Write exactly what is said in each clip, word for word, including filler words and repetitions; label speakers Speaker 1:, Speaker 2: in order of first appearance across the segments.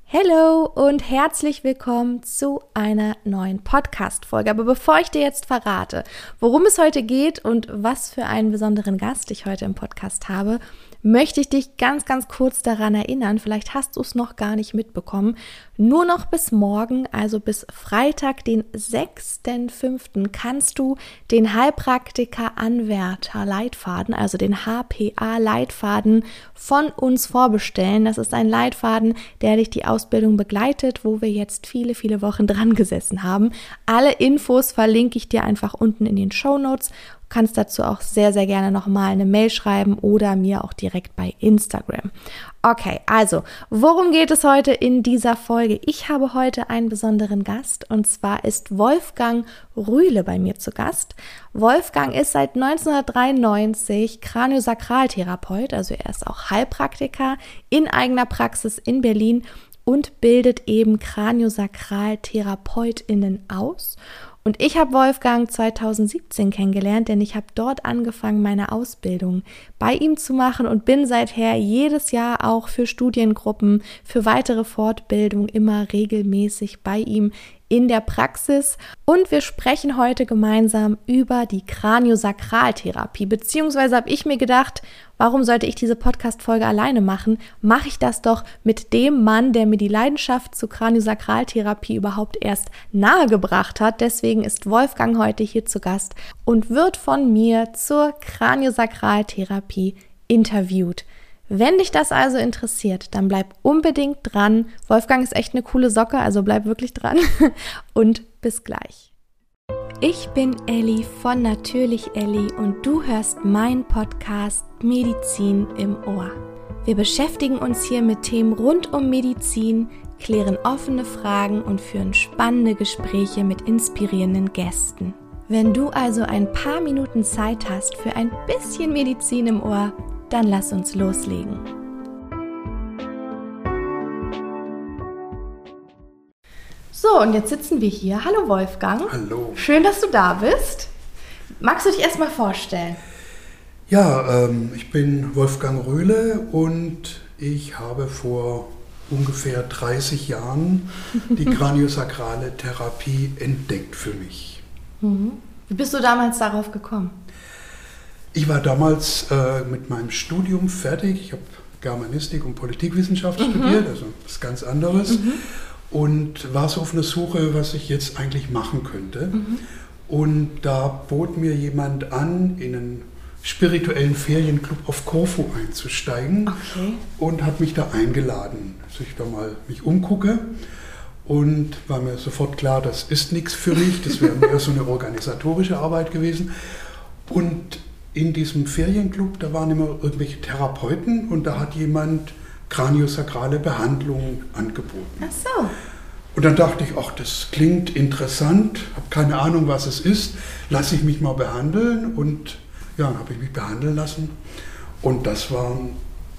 Speaker 1: Hallo und herzlich willkommen zu einer neuen Podcast-Folge. Aber bevor ich dir jetzt verrate, worum es heute geht und was für einen besonderen Gast ich heute im Podcast habe, möchte ich dich ganz, ganz kurz daran erinnern, vielleicht hast du es noch gar nicht mitbekommen, nur noch bis morgen, also bis Freitag, den sechsten fünften, kannst du den Heilpraktiker-Anwärter-Leitfaden, also den H P A-Leitfaden von uns vorbestellen. Das ist ein Leitfaden, der dich die Ausbildung begleitet, wo wir jetzt viele, viele Wochen dran gesessen haben. Alle Infos verlinke ich dir einfach unten in den Shownotes. Du kannst dazu auch sehr, sehr gerne nochmal eine Mail schreiben oder mir auch direkt bei Instagram. Okay, also, worum geht es heute in dieser Folge? Ich habe heute einen besonderen Gast und zwar ist Wolfgang Rühle bei mir zu Gast. Wolfgang ist seit neunzehnhundertdreiundneunzig Kraniosakraltherapeut, also er ist auch Heilpraktiker in eigener Praxis in Berlin und bildet eben KraniosakraltherapeutInnen aus. Und ich habe Wolfgang zweitausendsiebzehn kennengelernt, denn ich habe dort angefangen, meine Ausbildung bei ihm zu machen und bin seither jedes Jahr auch für Studiengruppen, für weitere Fortbildung immer regelmäßig bei ihm in der Praxis. Und wir sprechen heute gemeinsam über die Kraniosakraltherapie, beziehungsweise habe ich mir gedacht, warum sollte ich diese Podcast-Folge alleine machen? Mache ich das doch mit dem Mann, der mir die Leidenschaft zur Kraniosakraltherapie überhaupt erst nahegebracht hat. Deswegen ist Wolfgang heute hier zu Gast und wird von mir zur Kraniosakraltherapie interviewt. Wenn dich das also interessiert, dann bleib unbedingt dran. Wolfgang ist echt eine coole Socke, also bleib wirklich dran und bis gleich. Ich bin Elli von Natürlich Elli und du hörst meinen Podcast Medizin im Ohr. Wir beschäftigen uns hier mit Themen rund um Medizin, klären offene Fragen und führen spannende Gespräche mit inspirierenden Gästen. Wenn du also ein paar Minuten Zeit hast für ein bisschen Medizin im Ohr, dann lass uns loslegen. So, und jetzt sitzen wir hier. Hallo Wolfgang.
Speaker 2: Hallo.
Speaker 1: Schön, dass du da bist. Magst du dich erstmal vorstellen?
Speaker 2: Ja, ähm, ich bin Wolfgang Rühle und ich habe vor ungefähr dreißig Jahren die kraniosakrale Therapie entdeckt für mich.
Speaker 1: Mhm. Wie bist du damals darauf gekommen?
Speaker 2: Ich war damals äh, mit meinem Studium fertig. Ich habe Germanistik und Politikwissenschaft mhm. studiert, also was ganz anderes. Mhm. Und war so auf einer Suche, was ich jetzt eigentlich machen könnte. Mhm. Und da bot mir jemand an, in einen spirituellen Ferienclub auf Korfu einzusteigen.
Speaker 1: Okay.
Speaker 2: Und hat mich da eingeladen, dass ich da mal mich umgucke. Und war mir sofort klar, das ist nichts für mich. Das wäre mehr so eine organisatorische Arbeit gewesen. Und in diesem Ferienclub, da waren immer irgendwelche Therapeuten und da hat jemand kraniosakrale Behandlung angeboten.
Speaker 1: Ach so.
Speaker 2: Und dann dachte ich, ach, das klingt interessant, habe keine Ahnung, was es ist, lasse ich mich mal behandeln und ja, dann habe ich mich behandeln lassen und das war ein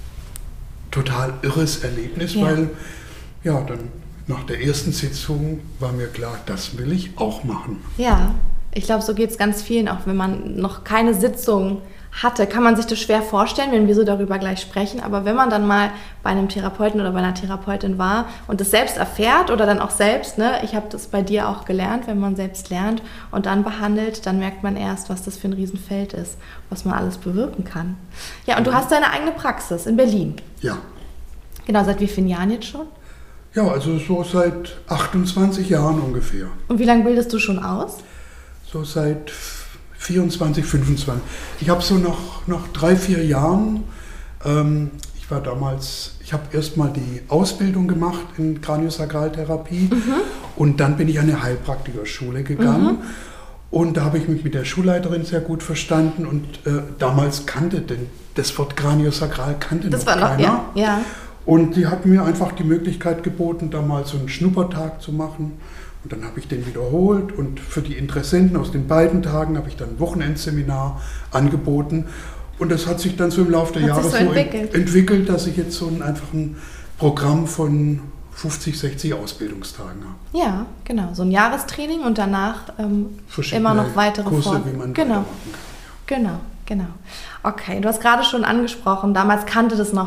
Speaker 2: total irres Erlebnis, ja. weil ja, dann nach der ersten Sitzung war mir klar, das will ich auch machen.
Speaker 1: Ja. Ich glaube, so geht es ganz vielen, auch wenn man noch keine Sitzung hatte, kann man sich das schwer vorstellen, wenn wir so darüber gleich sprechen. Aber wenn man dann mal bei einem Therapeuten oder bei einer Therapeutin war und das selbst erfährt oder dann auch selbst, ne, ich habe das bei dir auch gelernt, wenn man selbst lernt und dann behandelt, dann merkt man erst, was das für ein Riesenfeld ist, was man alles bewirken kann. Ja, und du hast deine eigene Praxis in Berlin.
Speaker 2: Ja.
Speaker 1: Genau, seit wie vielen Jahren jetzt schon?
Speaker 2: Ja, also so seit achtundzwanzig Jahren ungefähr.
Speaker 1: Und wie lange bildest du schon aus?
Speaker 2: So seit vierundzwanzig, fünfundzwanzig. Ich habe so nach, nach drei, vier Jahren, ähm, ich war damals, ich habe erstmal die Ausbildung gemacht in Kraniosakraltherapie mhm. und dann bin ich an eine Heilpraktikerschule gegangen mhm. und da habe ich mich mit der Schulleiterin sehr gut verstanden und äh, damals kannte den, das Wort Kraniosakral kannte
Speaker 1: das
Speaker 2: noch
Speaker 1: war
Speaker 2: keiner.
Speaker 1: Noch, ja, ja.
Speaker 2: Und die hat mir einfach die Möglichkeit geboten, da mal so einen Schnuppertag zu machen. Und dann habe ich den wiederholt und für die Interessenten aus den beiden Tagen habe ich dann ein Wochenendseminar angeboten. Und das hat sich dann so im Laufe der Jahre so entwickelt. entwickelt, dass ich jetzt so ein, einfach ein Programm von fünfzig, sechzig Ausbildungstagen habe.
Speaker 1: Ja, genau. So ein Jahrestraining und danach ähm, immer noch weitere
Speaker 2: Kurse,
Speaker 1: Fort-
Speaker 2: wie man
Speaker 1: genau.
Speaker 2: kann.
Speaker 1: Genau, genau. Okay, du hast gerade schon angesprochen, damals kannte das noch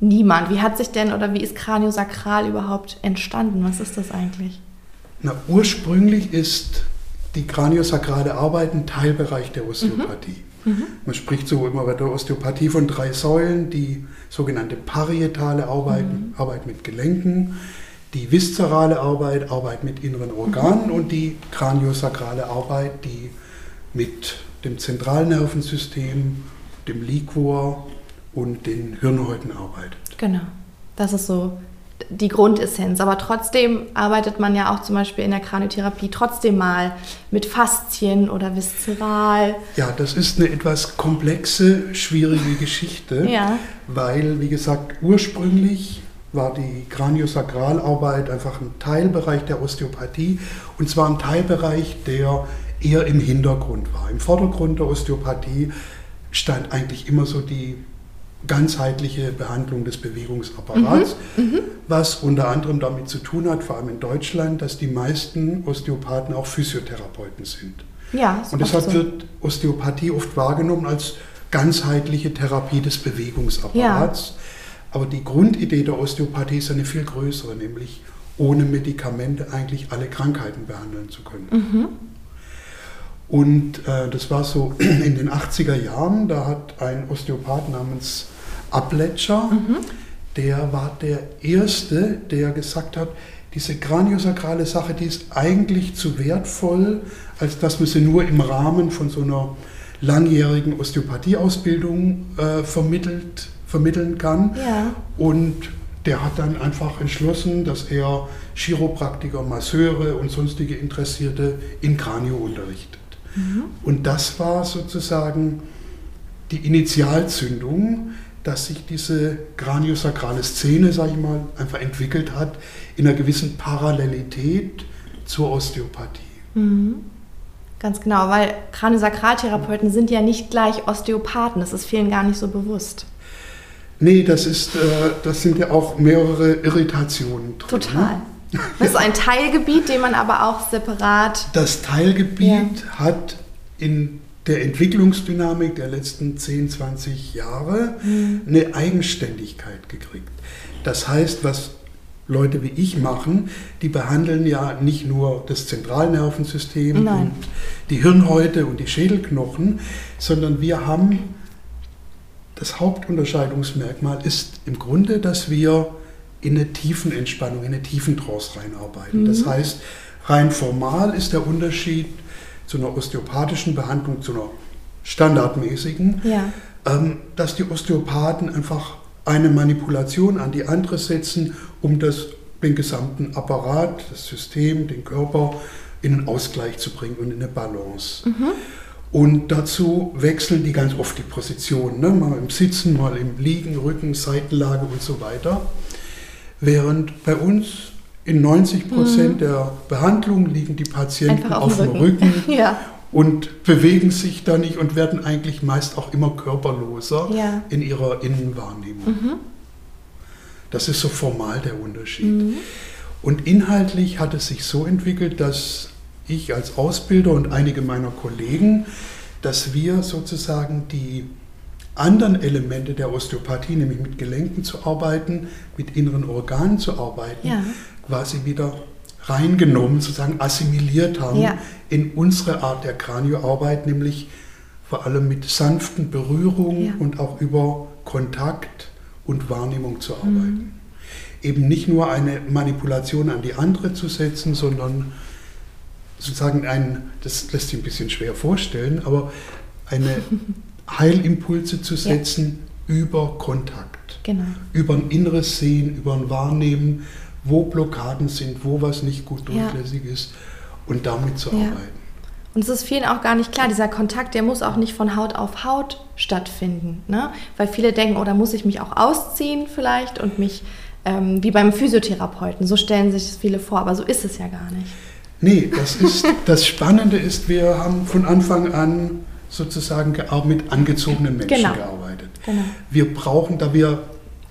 Speaker 1: niemand. Wie hat sich denn oder wie ist Kraniosakral überhaupt entstanden? Was ist das eigentlich?
Speaker 2: Na, ursprünglich ist die kraniosakrale Arbeit ein Teilbereich der Osteopathie. Mhm. Man spricht so immer bei der Osteopathie von drei Säulen, die sogenannte parietale Arbeit, mhm. Arbeit mit Gelenken, die viszerale Arbeit, Arbeit mit inneren Organen mhm. und die kraniosakrale Arbeit, die mit dem Zentralnervensystem, dem Liquor und den Hirnhäuten arbeitet.
Speaker 1: Genau, das ist so die Grundessenz. Aber trotzdem arbeitet man ja auch zum Beispiel in der Kraniotherapie trotzdem mal mit Faszien oder viszeral.
Speaker 2: Ja, das ist eine etwas komplexe, schwierige Geschichte, ja. weil, wie gesagt, ursprünglich war die Kraniosakralarbeit einfach ein Teilbereich der Osteopathie und zwar ein Teilbereich, der eher im Hintergrund war. Im Vordergrund der Osteopathie stand eigentlich immer so die ganzheitliche Behandlung des Bewegungsapparats, mhm, mhm. was unter anderem damit zu tun hat, vor allem in Deutschland, dass die meisten Osteopathen auch Physiotherapeuten sind.
Speaker 1: Ja,
Speaker 2: und deshalb
Speaker 1: so.
Speaker 2: wird Osteopathie oft wahrgenommen als ganzheitliche Therapie des Bewegungsapparats. Ja. Aber die Grundidee der Osteopathie ist eine viel größere, nämlich ohne Medikamente eigentlich alle Krankheiten behandeln zu können. Mhm. Und äh, das war so in den achtziger Jahren, da hat ein Osteopath namens Abletscher, mhm. der war der Erste, der gesagt hat, diese kraniosakrale Sache, die ist eigentlich zu wertvoll, als dass man sie nur im Rahmen von so einer langjährigen Osteopathieausbildung äh, vermittelt, vermitteln kann.
Speaker 1: Ja.
Speaker 2: Und der hat dann einfach entschlossen, dass er Chiropraktiker, Masseure und sonstige Interessierte in Kranio unterrichtet. Mhm. Und das war sozusagen die Initialzündung, dass sich diese kraniosakrale Szene, sage ich mal, einfach entwickelt hat in einer gewissen Parallelität zur Osteopathie.
Speaker 1: Mhm. Ganz genau, weil Kraniosakraltherapeuten sind ja nicht gleich Osteopathen, das ist vielen gar nicht so bewusst.
Speaker 2: Nee, das, ist, äh, das sind ja auch mehrere Irritationen drin.
Speaker 1: Total. Ne? Das ist ein Teilgebiet, den man aber auch separat...
Speaker 2: Das Teilgebiet ja. hat in der Entwicklungsdynamik der letzten zehn, zwanzig Jahre mhm. eine Eigenständigkeit gekriegt. Das heißt, was Leute wie ich machen, die behandeln ja nicht nur das Zentralnervensystem
Speaker 1: Nein.
Speaker 2: und die Hirnhäute und die Schädelknochen, sondern wir haben, das Hauptunterscheidungsmerkmal ist im Grunde, dass wir in eine Tiefenentspannung, in eine Tiefentrance reinarbeiten. Mhm. Das heißt, rein formal ist der Unterschied zu einer osteopathischen Behandlung, zu einer standardmäßigen,
Speaker 1: ja.
Speaker 2: ähm, dass die Osteopathen einfach eine Manipulation an die andere setzen, um das, den gesamten Apparat, das System, den Körper in einen Ausgleich zu bringen und in eine Balance.
Speaker 1: Mhm.
Speaker 2: Und dazu wechseln die ganz oft die Positionen, ne? Mal im Sitzen, mal im Liegen, Rücken, Seitenlage und so weiter. Während bei uns in neunzig Prozent mhm. der Behandlung liegen die Patienten
Speaker 1: Einfach
Speaker 2: auf,
Speaker 1: auf
Speaker 2: dem
Speaker 1: Rücken,
Speaker 2: Rücken
Speaker 1: ja.
Speaker 2: und bewegen sich da nicht und werden eigentlich meist auch immer körperloser
Speaker 1: ja.
Speaker 2: in ihrer Innenwahrnehmung.
Speaker 1: Mhm.
Speaker 2: Das ist so formal der Unterschied.
Speaker 1: Mhm.
Speaker 2: Und inhaltlich hat es sich so entwickelt, dass ich als Ausbilder und einige meiner Kollegen, dass wir sozusagen die anderen Elemente der Osteopathie, nämlich mit Gelenken zu arbeiten, mit inneren Organen zu arbeiten,
Speaker 1: ja.
Speaker 2: quasi wieder reingenommen, sozusagen assimiliert haben
Speaker 1: ja.
Speaker 2: in unsere Art der Kranioarbeit, nämlich vor allem mit sanften Berührungen
Speaker 1: ja.
Speaker 2: und auch über Kontakt und Wahrnehmung zu arbeiten.
Speaker 1: Mhm.
Speaker 2: Eben nicht nur eine Manipulation an die andere zu setzen, sondern sozusagen ein, das lässt sich ein bisschen schwer vorstellen, aber eine Heilimpulse zu setzen ja. über Kontakt,
Speaker 1: genau.
Speaker 2: über ein inneres Sehen, über ein Wahrnehmen, wo Blockaden sind, wo was nicht gut durchlässig ja. ist und damit zu
Speaker 1: ja.
Speaker 2: arbeiten.
Speaker 1: Und es ist vielen auch gar nicht klar, dieser Kontakt, der muss auch nicht von Haut auf Haut stattfinden, ne? Weil viele denken, oh, da muss ich mich auch ausziehen vielleicht und mich, ähm, wie beim Physiotherapeuten, so stellen sich das viele vor, aber so ist es ja gar nicht.
Speaker 2: Nee, das ist, das Spannende ist, wir haben von Anfang an sozusagen mit angezogenen Menschen
Speaker 1: genau.
Speaker 2: gearbeitet.
Speaker 1: Genau.
Speaker 2: Wir brauchen, da wir,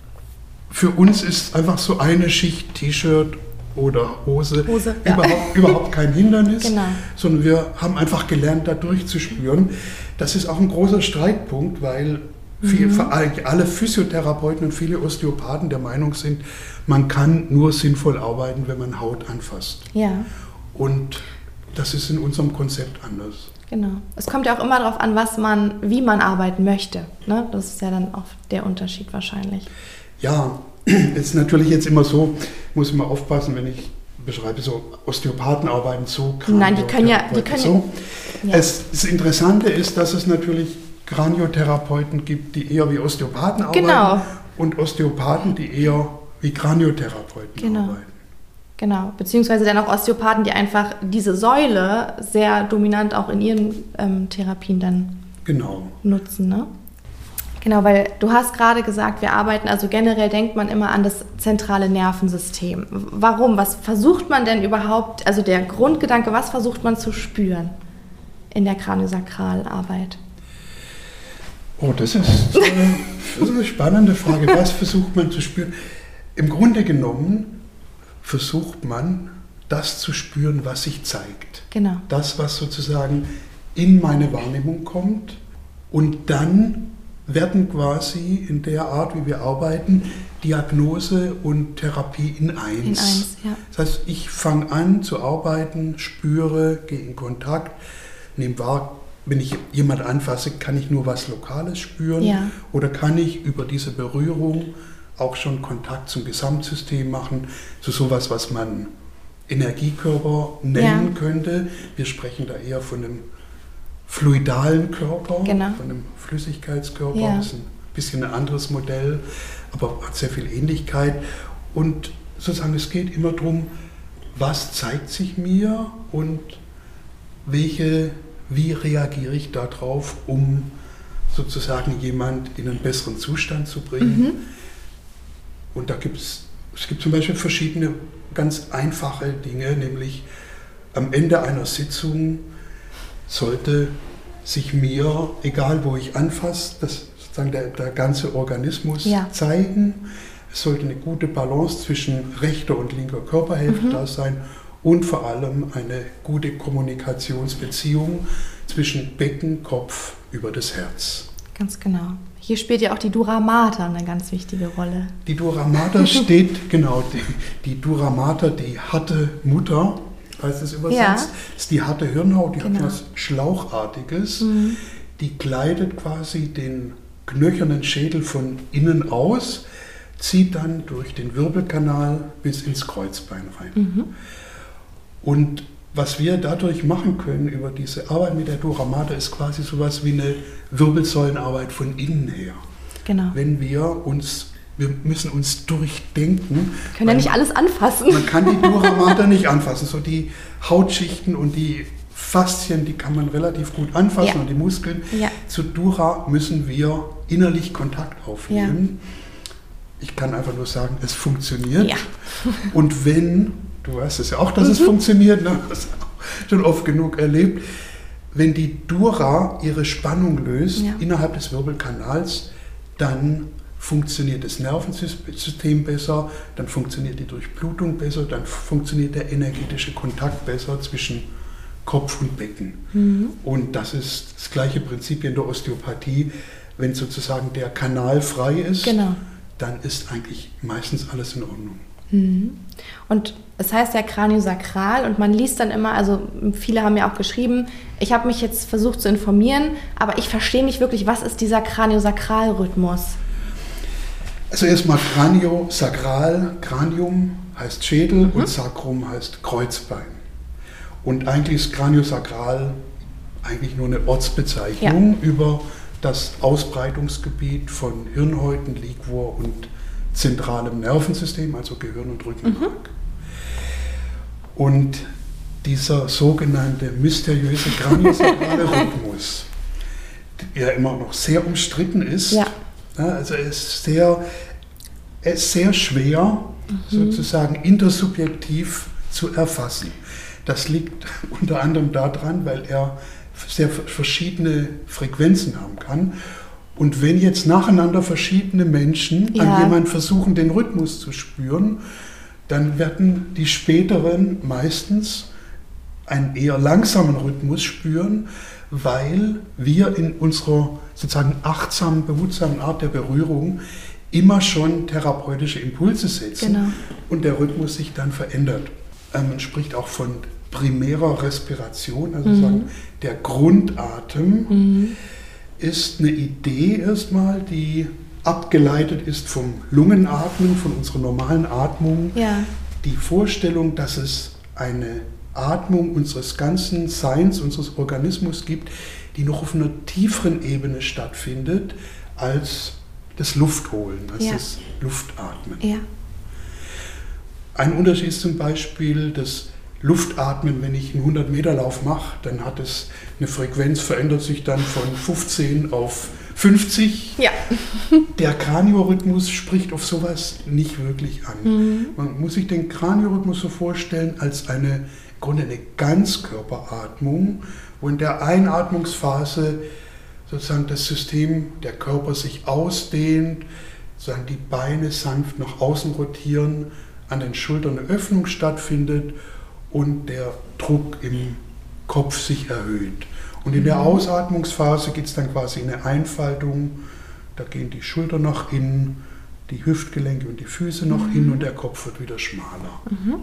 Speaker 2: für uns ist einfach so eine Schicht T-Shirt oder Hose,
Speaker 1: Hose ja.
Speaker 2: überhaupt, überhaupt kein Hindernis,
Speaker 1: genau.
Speaker 2: sondern wir haben einfach gelernt, da durchzuspüren. Das ist auch ein großer Streitpunkt, weil Viel, mhm. Alle Physiotherapeuten und viele Osteopathen der Meinung sind, man kann nur sinnvoll arbeiten, wenn man Haut anfasst.
Speaker 1: Ja.
Speaker 2: Und das ist in unserem Konzept anders.
Speaker 1: Genau. Es kommt ja auch immer darauf an, was man, wie man arbeiten möchte. Ne? Das ist ja dann auch der Unterschied wahrscheinlich.
Speaker 2: Ja, es ist natürlich jetzt immer so, muss man aufpassen, wenn ich beschreibe, so Osteopathen arbeiten so,
Speaker 1: Nein, die können ja, die können
Speaker 2: so. Ja. Es, das Interessante ist, dass es natürlich Kraniotherapeuten gibt, die eher wie Osteopathen arbeiten,
Speaker 1: genau.
Speaker 2: und Osteopathen, die eher wie Kraniotherapeuten
Speaker 1: genau.
Speaker 2: arbeiten.
Speaker 1: Genau, beziehungsweise dann auch Osteopathen, die einfach diese Säule sehr dominant auch in ihren ähm, Therapien dann
Speaker 2: genau.
Speaker 1: nutzen. Ne? Genau, weil du hast gerade gesagt, wir arbeiten, also generell denkt man immer an das zentrale Nervensystem. Warum? Was versucht man denn überhaupt, also der Grundgedanke, was versucht man zu spüren in der Kraniosakralarbeit?
Speaker 2: Oh, das ist, äh, das ist eine spannende Frage. Was versucht man zu spüren? Im Grunde genommen versucht man, das zu spüren, was sich zeigt.
Speaker 1: Genau.
Speaker 2: Das, was sozusagen in meine Wahrnehmung kommt. Und dann werden quasi in der Art, wie wir arbeiten, Diagnose und Therapie in eins.
Speaker 1: In eins, ja.
Speaker 2: Das heißt, ich fange an zu arbeiten, spüre, gehe in Kontakt, nehme wahr, wenn ich jemand anfasse, kann ich nur was Lokales spüren,
Speaker 1: ja.
Speaker 2: oder kann ich über diese Berührung auch schon Kontakt zum Gesamtsystem machen, zu sowas, was man Energiekörper nennen ja. könnte. Wir sprechen da eher von einem fluidalen Körper,
Speaker 1: genau.
Speaker 2: von einem Flüssigkeitskörper.
Speaker 1: Ja.
Speaker 2: Das ist ein bisschen ein anderes Modell, aber hat sehr viel Ähnlichkeit. Und sozusagen, es geht immer darum, was zeigt sich mir und welche, wie reagiere ich darauf, um sozusagen jemand in einen besseren Zustand zu bringen. Mhm. Und da gibt es, es gibt zum Beispiel verschiedene ganz einfache Dinge, nämlich am Ende einer Sitzung sollte sich mir, egal wo ich anfasse, das sozusagen der, der ganze Organismus ja. zeigen. Es sollte eine gute Balance zwischen rechter und linker Körperhälfte mhm. da sein und vor allem eine gute Kommunikationsbeziehung zwischen Becken, Kopf über das Herz.
Speaker 1: Ganz genau. Hier spielt ja auch die Dura Mater eine ganz wichtige Rolle.
Speaker 2: Die Dura Mater steht, genau, die, die Dura Mater, die harte Mutter, heißt es übersetzt, ja. ist die harte Hirnhaut, die genau. hat was Schlauchartiges, mhm. die kleidet quasi den knöchernen Schädel von innen aus, zieht dann durch den Wirbelkanal bis ins Kreuzbein rein. Mhm. Und was wir dadurch machen können über diese Arbeit mit der Dura Mater ist quasi sowas wie eine Wirbelsäulenarbeit von innen her.
Speaker 1: Genau.
Speaker 2: Wenn wir uns, wir müssen uns durchdenken.
Speaker 1: Wir können ja nicht alles anfassen.
Speaker 2: Man kann die Dura Mater nicht anfassen. So die Hautschichten und die Faszien, die kann man relativ gut anfassen, ja. und die Muskeln.
Speaker 1: Ja.
Speaker 2: Zu Dura müssen wir innerlich Kontakt aufnehmen. Ja. Ich kann einfach nur sagen, es funktioniert. Ja. Und wenn, du weißt es ja auch, dass mhm. es funktioniert, ne? Das hast du schon oft genug erlebt, wenn die Dura ihre Spannung löst ja. innerhalb des Wirbelkanals, dann funktioniert das Nervensystem besser, dann funktioniert die Durchblutung besser, dann funktioniert der energetische Kontakt besser zwischen Kopf und Becken. Mhm. Und das ist das gleiche Prinzip in der Osteopathie. Wenn sozusagen der Kanal frei ist,
Speaker 1: genau.
Speaker 2: dann ist eigentlich meistens alles in Ordnung.
Speaker 1: Mhm. Und es heißt ja Kraniosakral und man liest dann immer, also viele haben ja auch geschrieben, ich habe mich jetzt versucht zu informieren, aber ich verstehe nicht wirklich, was ist dieser Kraniosakralrhythmus?
Speaker 2: Also erstmal Kraniosakral, Kranium heißt Schädel mhm. und Sacrum heißt Kreuzbein. Und eigentlich ist Kraniosakral eigentlich nur eine Ortsbezeichnung ja. über das Ausbreitungsgebiet von Hirnhäuten, Liquor und zentralem Nervensystem, also Gehirn und Rückenmark. Mhm. Und dieser sogenannte mysteriöse kraniosakrale Rhythmus, der immer noch sehr umstritten ist,
Speaker 1: ja.
Speaker 2: also er ist sehr, er ist sehr schwer mhm. sozusagen intersubjektiv zu erfassen. Das liegt unter anderem daran, weil er sehr verschiedene Frequenzen haben kann. Und wenn jetzt nacheinander verschiedene Menschen ja. an jemanden versuchen, den Rhythmus zu spüren, dann werden die späteren meistens einen eher langsamen Rhythmus spüren, weil wir in unserer sozusagen achtsamen, behutsamen Art der Berührung immer schon therapeutische Impulse setzen, genau, und der Rhythmus sich dann verändert. Man spricht auch von primärer Respiration, also mhm. sagen, der Grundatem mhm. ist eine Idee erstmal, die abgeleitet ist vom Lungenatmen, von unserer normalen Atmung.
Speaker 1: Ja.
Speaker 2: Die Vorstellung, dass es eine Atmung unseres ganzen Seins, unseres Organismus gibt, die noch auf einer tieferen Ebene stattfindet als das Luftholen, als ja. das Luftatmen.
Speaker 1: Ja.
Speaker 2: Ein Unterschied ist zum Beispiel das Luftatmen, wenn ich einen hundert-Meter-Lauf mache, dann hat es eine Frequenz, verändert sich dann von fünfzehn auf fünfzig.
Speaker 1: Ja.
Speaker 2: Der Kraniorhythmus spricht auf sowas nicht wirklich an. Mhm. Man muss sich den Kraniorhythmus so vorstellen als eine, im Grunde eine Ganzkörperatmung, wo in der Einatmungsphase sozusagen das System, der Körper sich ausdehnt, sozusagen die Beine sanft nach außen rotieren, an den Schultern eine Öffnung stattfindet und der Druck im Kopf sich erhöht. Und in der Ausatmungsphase geht es dann quasi in eine Einfaltung, da gehen die Schultern nach innen, die Hüftgelenke und die Füße nach mhm. innen und der Kopf wird wieder schmaler.
Speaker 1: Mhm.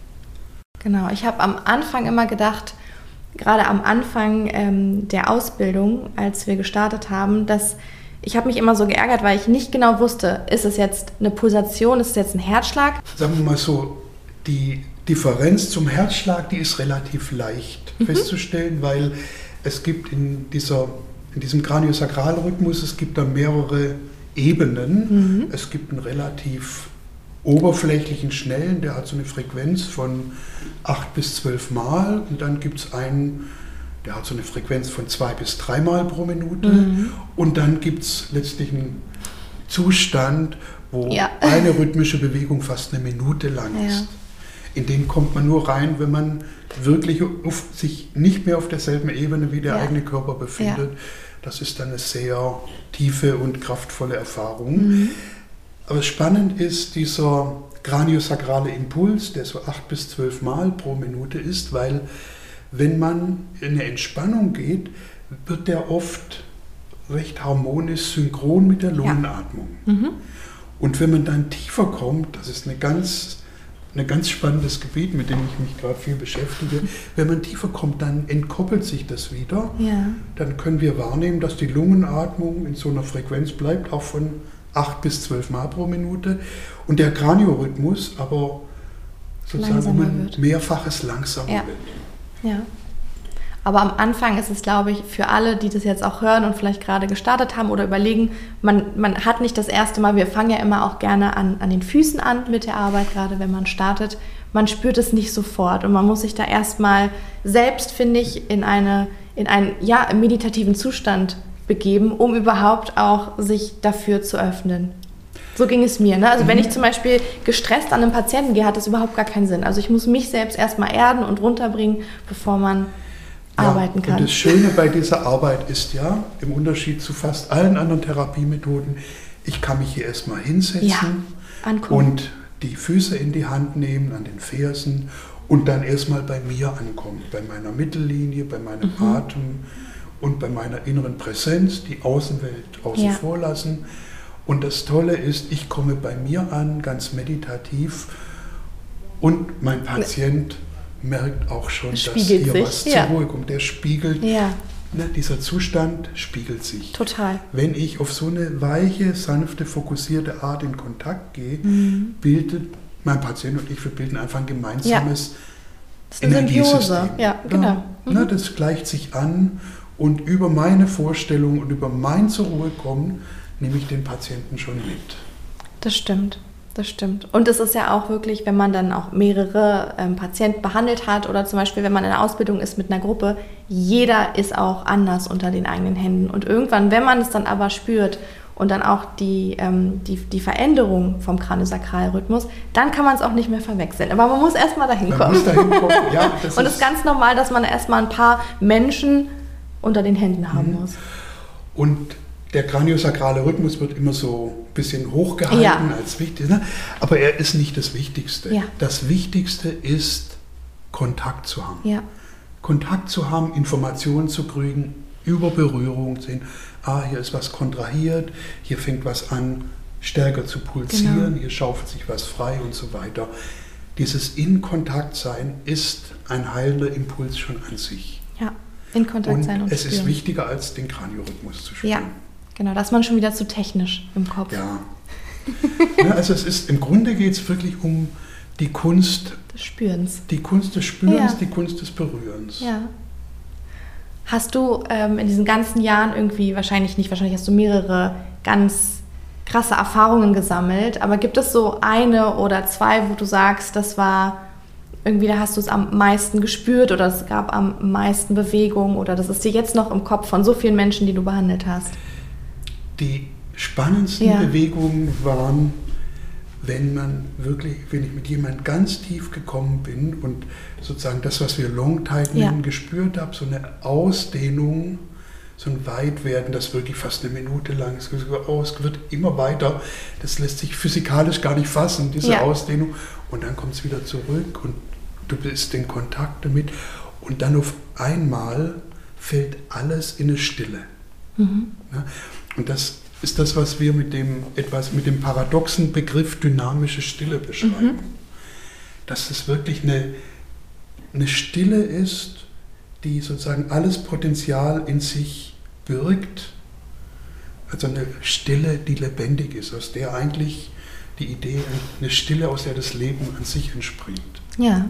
Speaker 1: Genau, ich habe am Anfang immer gedacht, gerade am Anfang ähm, der Ausbildung, als wir gestartet haben, dass ich habe mich immer so geärgert, weil ich nicht genau wusste, ist es jetzt eine Pulsation, ist es jetzt ein Herzschlag?
Speaker 2: Sagen wir mal so, die Differenz zum Herzschlag, die ist relativ leicht mhm. festzustellen, weil es gibt in, dieser, in diesem Kraniosakralrhythmus, es gibt da mehrere Ebenen. Mhm. Es gibt einen relativ oberflächlichen, schnellen, der hat so eine Frequenz von acht bis zwölf Mal. Und dann gibt es einen, der hat so eine Frequenz von zwei bis drei Mal pro Minute. Mhm. Und dann gibt es letztlich einen Zustand, wo ja. eine rhythmische Bewegung fast eine Minute lang ist. Ja. In den kommt man nur rein, wenn man wirklich auf, sich nicht mehr auf derselben Ebene wie der ja. eigene Körper befindet. Ja. Das ist dann eine sehr tiefe und kraftvolle Erfahrung. Mhm. Aber spannend ist dieser kraniosakrale Impuls, der so acht bis zwölf Mal pro Minute ist, weil wenn man in eine Entspannung geht, wird der oft recht harmonisch synchron mit der Lungenatmung. Ja. Mhm. Und wenn man dann tiefer kommt, das ist eine ganz ein ganz spannendes Gebiet, mit dem ich mich gerade viel beschäftige. Wenn man tiefer kommt, dann entkoppelt sich das wieder.
Speaker 1: Ja.
Speaker 2: Dann können wir wahrnehmen, dass die Lungenatmung in so einer Frequenz bleibt, auch von acht bis zwölf Mal pro Minute. Und der Kraniorhythmus aber sozusagen um ein Mehrfaches langsamer
Speaker 1: ja.
Speaker 2: wird.
Speaker 1: Ja. Aber am Anfang ist es, glaube ich, für alle, die das jetzt auch hören und vielleicht gerade gestartet haben oder überlegen, man, man hat nicht das erste Mal, wir fangen ja immer auch gerne an, an den Füßen an mit der Arbeit, gerade wenn man startet. Man spürt es nicht sofort und man muss sich da erstmal selbst, finde ich, in, eine, in einen ja, meditativen Zustand begeben, um überhaupt auch sich dafür zu öffnen. So ging es mir. Ne? Also mhm. wenn ich zum Beispiel gestresst an einen Patienten gehe, hat das überhaupt gar keinen Sinn. Also ich muss mich selbst erstmal erden und runterbringen, bevor man arbeiten kann.
Speaker 2: Und das Schöne bei dieser Arbeit ist ja, im Unterschied zu fast allen anderen Therapiemethoden, ich kann mich hier erstmal hinsetzen
Speaker 1: ja, ankommen.
Speaker 2: Und die Füße in die Hand nehmen, an den Fersen und dann erstmal bei mir ankommen, bei meiner Mittellinie, bei meinem mhm. Atem und bei meiner inneren Präsenz, die Außenwelt außen ja. vor lassen. Und das Tolle ist, ich komme bei mir an, ganz meditativ und mein Patient merkt auch schon,
Speaker 1: spiegelt
Speaker 2: dass hier
Speaker 1: sich.
Speaker 2: was
Speaker 1: ja.
Speaker 2: zur Ruhe kommt. Der spiegelt,
Speaker 1: ja.
Speaker 2: ne, dieser Zustand spiegelt sich.
Speaker 1: Total.
Speaker 2: Wenn ich auf so eine weiche, sanfte, fokussierte Art in Kontakt gehe, mhm. bildet mein Patient und ich, wir bilden einfach ein gemeinsames
Speaker 1: ja. das ist eine
Speaker 2: Energiesystem.
Speaker 1: Symbiose. Ja, genau.
Speaker 2: Mhm. Ne, das gleicht sich an und über meine Vorstellung und über mein zur Ruhe kommen, nehme ich den Patienten schon mit.
Speaker 1: Das stimmt. Das stimmt. Und es ist ja auch wirklich, wenn man dann auch mehrere ähm, Patienten behandelt hat oder zum Beispiel, wenn man in der Ausbildung ist mit einer Gruppe, jeder ist auch anders unter den eigenen Händen. Und irgendwann, wenn man es dann aber spürt und dann auch die, ähm, die, die Veränderung vom Kraniosakralrhythmus, dann kann man es auch nicht mehr verwechseln. Aber man muss erstmal dahin kommen.
Speaker 2: Man muss dahin kommen, ja. Das
Speaker 1: und es ist ganz normal, dass man erstmal ein paar Menschen unter den Händen haben mhm. muss.
Speaker 2: Und der kraniosakrale Rhythmus wird immer so ein bisschen hochgehalten ja. als wichtig, ne? Aber er ist nicht das Wichtigste.
Speaker 1: Ja.
Speaker 2: Das Wichtigste ist, Kontakt zu haben.
Speaker 1: Ja.
Speaker 2: Kontakt zu haben, Informationen zu kriegen, über Berührung sehen, ah, hier ist was kontrahiert, hier fängt was an, stärker zu pulsieren, genau. Hier schaufelt sich was frei und so weiter. Dieses In-Kontakt-Sein ist ein heilender Impuls schon an sich.
Speaker 1: Ja, in Kontakt sein und,
Speaker 2: und es
Speaker 1: spüren.
Speaker 2: ist wichtiger, als den Kraniorhythmus zu spüren.
Speaker 1: Ja, genau, das ist man schon wieder zu technisch im Kopf.
Speaker 2: Ja. Ja, also es ist, im Grunde geht es wirklich um die Kunst
Speaker 1: des Spürens.
Speaker 2: Die Kunst des Spürens,
Speaker 1: ja.
Speaker 2: die Kunst des Berührens.
Speaker 1: Ja. Hast du ähm, in diesen ganzen Jahren irgendwie, wahrscheinlich nicht, wahrscheinlich hast du mehrere ganz krasse Erfahrungen gesammelt, aber gibt es so eine oder zwei, wo du sagst, das war irgendwie, da hast du es am meisten gespürt oder es gab am meisten Bewegung oder das ist dir jetzt noch im Kopf von so vielen Menschen, die du behandelt hast?
Speaker 2: Die spannendsten ja. Bewegungen waren, wenn man wirklich, wenn ich mit jemandem ganz tief gekommen bin und sozusagen das, was wir Long Tide nennen, ja. gespürt habe, so eine Ausdehnung, so ein Weitwerden, das wirklich fast eine Minute lang ist, es wird immer weiter, das lässt sich physikalisch gar nicht fassen, diese ja. Ausdehnung, und dann kommt es wieder zurück und du bist in Kontakt damit und dann auf einmal fällt alles in eine Stille. Mhm. Ja, und das ist das, was wir mit dem etwas mit dem paradoxen Begriff dynamische Stille beschreiben. Mhm. Dass es wirklich eine, eine Stille ist, die sozusagen alles Potenzial in sich birgt. Also eine Stille, die lebendig ist, aus der eigentlich die Idee, eine Stille, aus der das Leben an sich entspringt.
Speaker 1: Ja.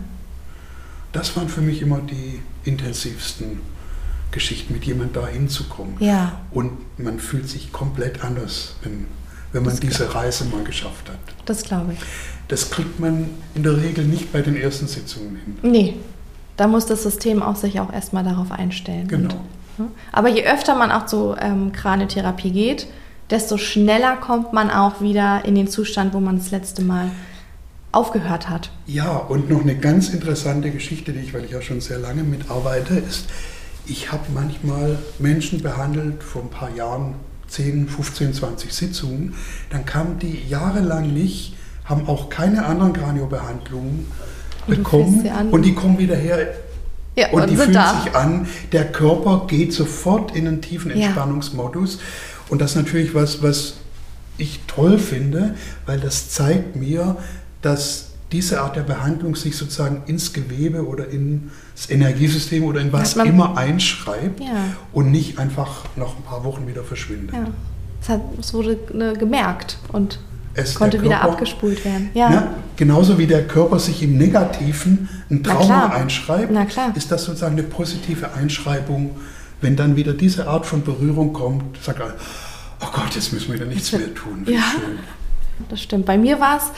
Speaker 2: Das waren für mich immer die intensivsten Geschichten, mit jemandem da hinzukommen.
Speaker 1: Ja.
Speaker 2: Und man fühlt sich komplett anders, wenn, wenn man das diese Reise mal geschafft hat.
Speaker 1: Das glaube ich.
Speaker 2: Das kriegt man in der Regel nicht bei den ersten Sitzungen hin.
Speaker 1: Nee, da muss das System auch sich auch erstmal darauf einstellen.
Speaker 2: Genau.
Speaker 1: Und, aber je öfter man auch zur ähm, Kraniotherapie geht, desto schneller kommt man auch wieder in den Zustand, wo man das letzte Mal aufgehört hat.
Speaker 2: Ja, und noch eine ganz interessante Geschichte, die ich, weil ich ja schon sehr lange mitarbeite, ist, ich habe manchmal Menschen behandelt vor ein paar Jahren, zehn, fünfzehn, zwanzig Sitzungen, dann kamen die jahrelang nicht, haben auch keine anderen Kraniobehandlungen bekommen und die kommen wieder her ja, und, und die fühlen da. sich an, der Körper geht sofort in einen tiefen Entspannungsmodus ja. und das ist natürlich was, was ich toll finde, weil das zeigt mir, dass diese Art der Behandlung sich sozusagen ins Gewebe oder ins Energiesystem oder in was immer einschreibt ja. und nicht einfach nach ein paar Wochen wieder verschwindet.
Speaker 1: Ja. Es, hat, es wurde ne, gemerkt und es konnte Körper, wieder abgespult werden. Ja.
Speaker 2: Ja, genauso wie der Körper sich im Negativen ein Trauma einschreibt, ist das sozusagen eine positive Einschreibung, wenn dann wieder diese Art von Berührung kommt, sagt er, oh Gott, jetzt müssen wir wieder nichts mehr tun. Wie
Speaker 1: ja,
Speaker 2: schön.
Speaker 1: Das stimmt. Bei mir war es,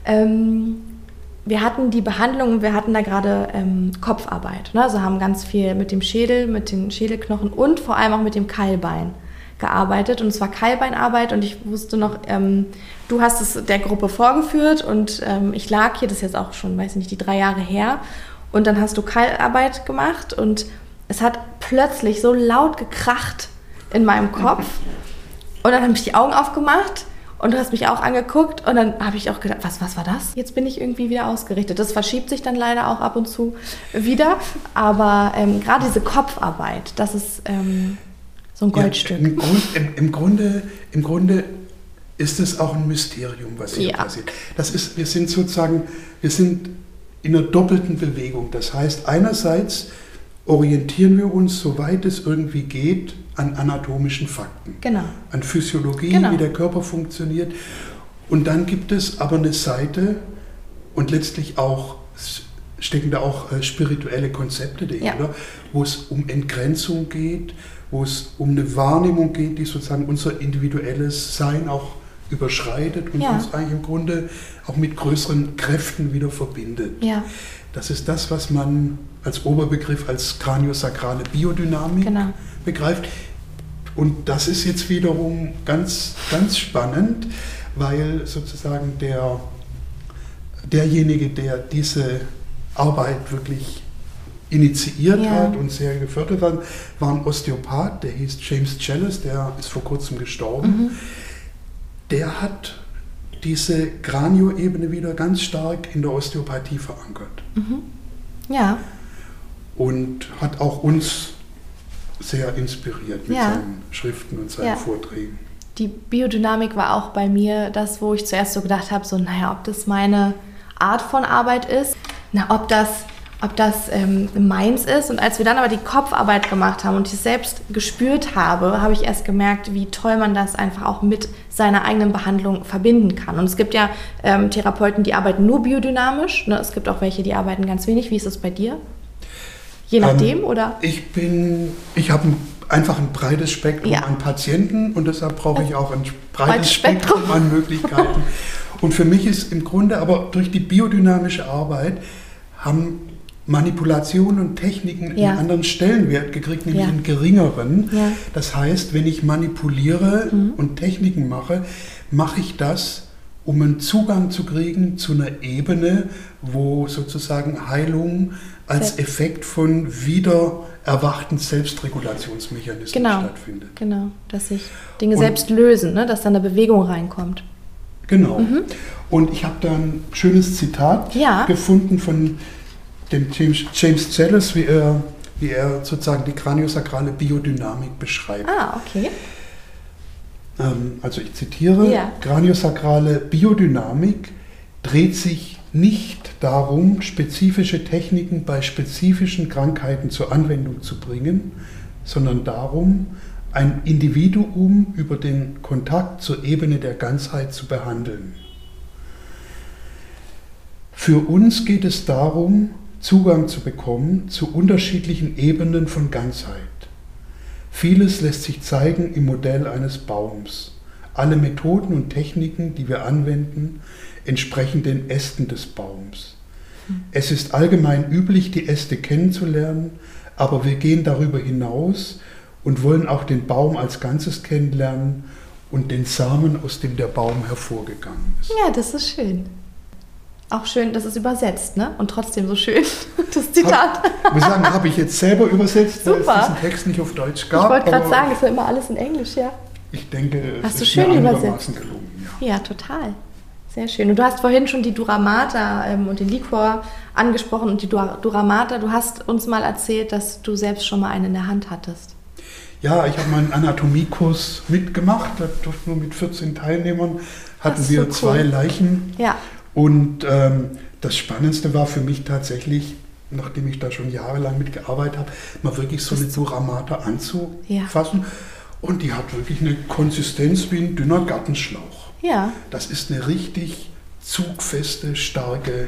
Speaker 1: ähm, wir hatten die Behandlung, wir hatten da gerade ähm, Kopfarbeit. Ne? Also haben ganz viel mit dem Schädel, mit den Schädelknochen und vor allem auch mit dem Keilbein gearbeitet. Und es war Keilbeinarbeit und ich wusste noch, ähm, du hast es der Gruppe vorgeführt und ähm, ich lag hier, das ist jetzt auch schon, weiß ich nicht, die drei Jahre her. Und dann hast du Keilarbeit gemacht und es hat plötzlich so laut gekracht in meinem Kopf. Und dann habe ich die Augen aufgemacht. Und du hast mich auch angeguckt und dann habe ich auch gedacht, was, was war das? Jetzt bin ich irgendwie wieder ausgerichtet. Das verschiebt sich dann leider auch ab und zu wieder. Aber ähm, gerade diese Kopfarbeit, das ist ähm, so ein Goldstück.
Speaker 2: Ja, im, Grund, im, im, Grunde, Im Grunde ist es auch ein Mysterium, was hier ja. passiert. Das ist, wir sind sozusagen, wir sind in einer doppelten Bewegung. Das heißt, einerseits orientieren wir uns, soweit es irgendwie geht, an anatomischen Fakten,
Speaker 1: genau.
Speaker 2: an Physiologie,
Speaker 1: genau.
Speaker 2: wie der Körper funktioniert. Und dann gibt es aber eine Seite und letztlich auch stecken da auch äh, spirituelle Konzepte dahinter, ja. wo es um Entgrenzung geht, wo es um eine Wahrnehmung geht, die sozusagen unser individuelles Sein auch überschreitet und ja. uns eigentlich im Grunde auch mit größeren Kräften wieder verbindet.
Speaker 1: Ja.
Speaker 2: Das ist das, was man als Oberbegriff als kraniosakrale Biodynamik
Speaker 1: genau.
Speaker 2: begreift. Und das ist jetzt wiederum ganz, ganz spannend, weil sozusagen der, derjenige, der diese Arbeit wirklich initiiert ja. hat und sehr gefördert hat, war ein Osteopath, der hieß James Challis, der ist vor kurzem gestorben. Mhm. Der hat diese Kranioebene wieder ganz stark in der Osteopathie verankert.
Speaker 1: Mhm. Ja.
Speaker 2: und hat auch uns sehr inspiriert mit
Speaker 1: Ja.
Speaker 2: seinen Schriften und seinen
Speaker 1: Ja.
Speaker 2: Vorträgen.
Speaker 1: Die Biodynamik war auch bei mir das, wo ich zuerst so gedacht habe, so, naja, ob das meine Art von Arbeit ist, na, ob das, ob das ähm, meins ist. Und als wir dann aber die Kopfarbeit gemacht haben und ich es selbst gespürt habe, habe ich erst gemerkt, wie toll man das einfach auch mit seiner eigenen Behandlung verbinden kann. Und es gibt ja ähm, Therapeuten, die arbeiten nur biodynamisch. Ne? Es gibt auch welche, die arbeiten ganz wenig. Wie ist es bei dir? Je nachdem,
Speaker 2: ähm,
Speaker 1: oder?
Speaker 2: Ich bin, ich habe ein, einfach ein breites Spektrum
Speaker 1: Ja.
Speaker 2: an Patienten und deshalb brauche ich auch ein breites
Speaker 1: Breites Spektrum.
Speaker 2: Spektrum an Möglichkeiten. Und für mich ist im Grunde aber durch die biodynamische Arbeit haben Manipulationen und Techniken
Speaker 1: Ja.
Speaker 2: einen anderen Stellenwert gekriegt, nämlich
Speaker 1: Ja.
Speaker 2: einen geringeren.
Speaker 1: Ja.
Speaker 2: Das heißt, wenn ich manipuliere
Speaker 1: Mhm.
Speaker 2: und Techniken mache, mache ich das, um einen Zugang zu kriegen zu einer Ebene, wo sozusagen Heilung als
Speaker 1: Selbst-
Speaker 2: Effekt von wieder erwachten Selbstregulationsmechanismen
Speaker 1: Genau.
Speaker 2: stattfindet.
Speaker 1: Genau, dass sich Dinge
Speaker 2: Und-
Speaker 1: selbst lösen, ne? Dass dann eine Bewegung reinkommt.
Speaker 2: Genau. Und ich habe da ein schönes Zitat
Speaker 1: Ja.
Speaker 2: gefunden von dem James, James Zellis, wie er, wie er sozusagen die kraniosakrale Biodynamik beschreibt.
Speaker 1: Ah, okay.
Speaker 2: Ähm, also ich zitiere,
Speaker 1: Ja.
Speaker 2: kraniosakrale Biodynamik dreht sich nicht darum, spezifische Techniken bei spezifischen Krankheiten zur Anwendung zu bringen, sondern darum, ein Individuum über den Kontakt zur Ebene der Ganzheit zu behandeln. Für uns geht es darum, Zugang zu bekommen zu unterschiedlichen Ebenen von Ganzheit. Vieles lässt sich zeigen im Modell eines Baums. Alle Methoden und Techniken, die wir anwenden, entsprechen den Ästen des Baums. Es ist allgemein üblich, die Äste kennenzulernen, aber wir gehen darüber hinaus und wollen auch den Baum als Ganzes kennenlernen und den Samen, aus dem der Baum hervorgegangen ist.
Speaker 1: Ja, das ist schön. Auch schön, das ist übersetzt, ne? Und trotzdem so schön, das Zitat.
Speaker 2: Hab, muss sagen, habe ich jetzt selber übersetzt, weil es
Speaker 1: Super.
Speaker 2: diesen Text nicht auf Deutsch
Speaker 1: Ich
Speaker 2: gab.
Speaker 1: wollte gerade
Speaker 2: aber
Speaker 1: sagen, es ist ja immer alles in Englisch, ja.
Speaker 2: Ich denke,
Speaker 1: Hast
Speaker 2: es
Speaker 1: du
Speaker 2: ist
Speaker 1: schön
Speaker 2: mir
Speaker 1: übersetzt.
Speaker 2: einigermaßen gelungen. Ja.
Speaker 1: Ja, total. Sehr schön. Und du hast vorhin schon die Duramata ähm, und den Liquor angesprochen und die Dur- Duramata. Du hast uns mal erzählt, dass du selbst schon mal einen in der Hand hattest.
Speaker 2: Ja, ich habe meinen Anatomiekurs mitgemacht. Da durften wir mit vierzehn Teilnehmern, hatten
Speaker 1: Das ist
Speaker 2: wir
Speaker 1: so cool.
Speaker 2: zwei Leichen.
Speaker 1: Ja.
Speaker 2: Und ähm, das Spannendste war für mich tatsächlich, nachdem ich da schon jahrelang mitgearbeitet habe, mal wirklich so eine Duramata anzufassen.
Speaker 1: Ja.
Speaker 2: Und die hat wirklich eine Konsistenz wie ein dünner Gartenschlauch.
Speaker 1: Ja.
Speaker 2: Das ist eine richtig zugfeste, starke,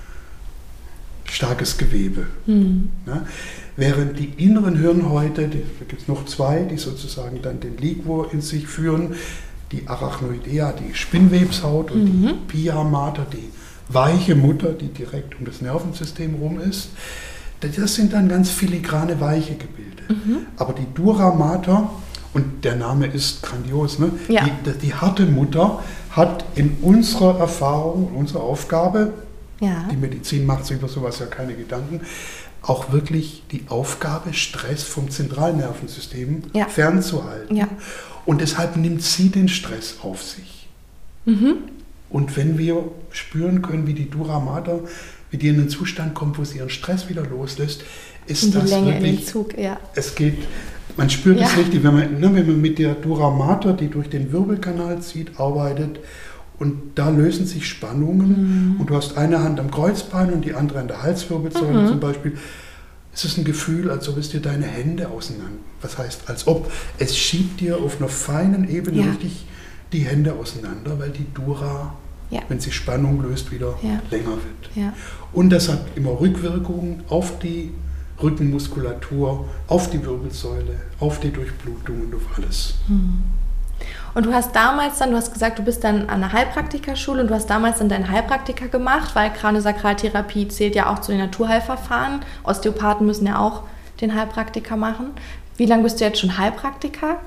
Speaker 2: starkes Gewebe.
Speaker 1: Hm.
Speaker 2: Ne? Während die inneren Hirnhäute, die, da gibt es noch zwei, die sozusagen dann den Liquor in sich führen, die Arachnoidea, die Spinnwebshaut und
Speaker 1: Mhm.
Speaker 2: die Pia mater, die weiche Mutter, die direkt um das Nervensystem rum ist. Das sind dann ganz filigrane, weiche Gebilde.
Speaker 1: Mhm.
Speaker 2: Aber die Dura mater, und der Name ist grandios, ne?
Speaker 1: Ja.
Speaker 2: die, die harte Mutter hat in unserer Erfahrung, unserer Aufgabe,
Speaker 1: Ja.
Speaker 2: die Medizin macht sich über sowas ja keine Gedanken, auch wirklich die Aufgabe, Stress vom Zentralnervensystem
Speaker 1: Ja.
Speaker 2: fernzuhalten.
Speaker 1: Ja.
Speaker 2: Und deshalb nimmt sie den Stress auf sich.
Speaker 1: Mhm.
Speaker 2: Und wenn wir spüren können, wie die Dura mater, wie die in einen Zustand kommt, wo sie ihren Stress wieder loslässt, ist
Speaker 1: Und die
Speaker 2: das
Speaker 1: Länge in
Speaker 2: wirklich,
Speaker 1: den Zug, ja.
Speaker 2: es geht, man spürt es
Speaker 1: Ja.
Speaker 2: richtig, wenn man, ne, wenn man mit der Dura mater, die durch den Wirbelkanal zieht, arbeitet, und da lösen sich Spannungen,
Speaker 1: Mhm.
Speaker 2: und du hast eine Hand am Kreuzbein und die andere an der Halswirbelsäule
Speaker 1: Mhm.
Speaker 2: zum Beispiel. Es ist ein Gefühl, als ob es dir deine Hände auseinander, was heißt, als ob es schiebt dir auf einer feinen Ebene
Speaker 1: Ja.
Speaker 2: richtig die Hände auseinander, weil die Dura,
Speaker 1: Ja.
Speaker 2: wenn sie Spannung löst, wieder
Speaker 1: Ja.
Speaker 2: länger wird.
Speaker 1: Ja.
Speaker 2: Und das hat immer Rückwirkungen auf die Rückenmuskulatur, auf die Wirbelsäule, auf die Durchblutung und auf alles.
Speaker 1: Und du hast damals dann, du hast gesagt, du bist dann an der Heilpraktikerschule und du hast damals dann deinen Heilpraktiker gemacht, weil Kraniosakraltherapie zählt ja auch zu den Naturheilverfahren. Osteopathen müssen ja auch den Heilpraktiker machen. Wie lange bist du jetzt schon Heilpraktiker?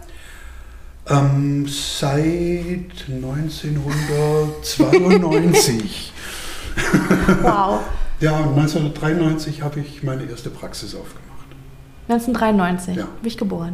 Speaker 2: Ähm, seit neunzehnhundertzweiundneunzig.
Speaker 1: Wow.
Speaker 2: Ja, neunzehnhundertdreiundneunzig habe ich meine erste Praxis aufgemacht.
Speaker 1: neunzehnhundertdreiundneunzig
Speaker 2: Ja.
Speaker 1: bin ich geboren.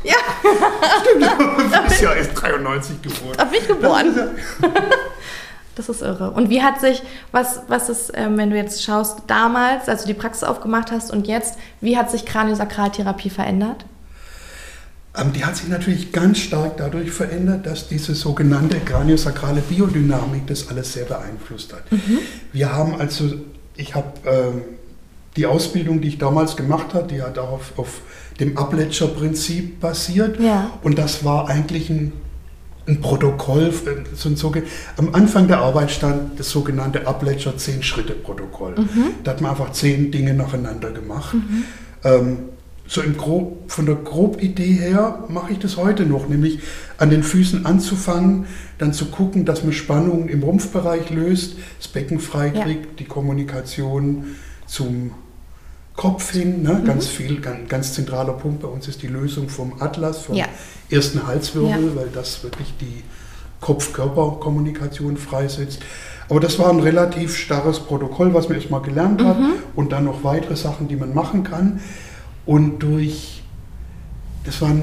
Speaker 2: Du bist ja erst dreiundneunzig geboren.
Speaker 1: Da bin ich geboren. Das ist irre. Und wie hat sich, was, was ist, ähm, wenn du jetzt schaust, damals, als du die Praxis aufgemacht hast und jetzt, wie hat sich Kraniosakraltherapie verändert?
Speaker 2: Ähm, die hat sich natürlich ganz stark dadurch verändert, dass diese sogenannte kraniosakrale Biodynamik das alles sehr beeinflusst hat. Mhm. Wir haben also, ich habe ähm, die Ausbildung, die ich damals gemacht habe, die hat auch auf, auf dem Upledger-Prinzip basiert.
Speaker 1: Ja.
Speaker 2: Und das war eigentlich ein, ein Protokoll. So ein, so, am Anfang der Arbeit stand das sogenannte Upledger zehn-Schritte-Protokoll. Mhm. Da hat man einfach zehn Dinge nacheinander gemacht. Mhm. Ähm, so im Grob, von der Grobidee her mache ich das heute noch, nämlich an den Füßen anzufangen, dann zu gucken, dass man Spannungen im Rumpfbereich löst, das Becken freikriegt, ja. die Kommunikation zum Kopf hin, ne? mhm. ganz viel, ganz, ganz zentraler Punkt bei uns ist die Lösung vom Atlas, vom ja. ersten Halswirbel, ja. weil das wirklich die Kopf-Körper-Kommunikation freisetzt. Aber das war ein relativ starres Protokoll, was man erstmal gelernt hat mhm. und dann noch weitere Sachen, die man machen kann. Und durch, das waren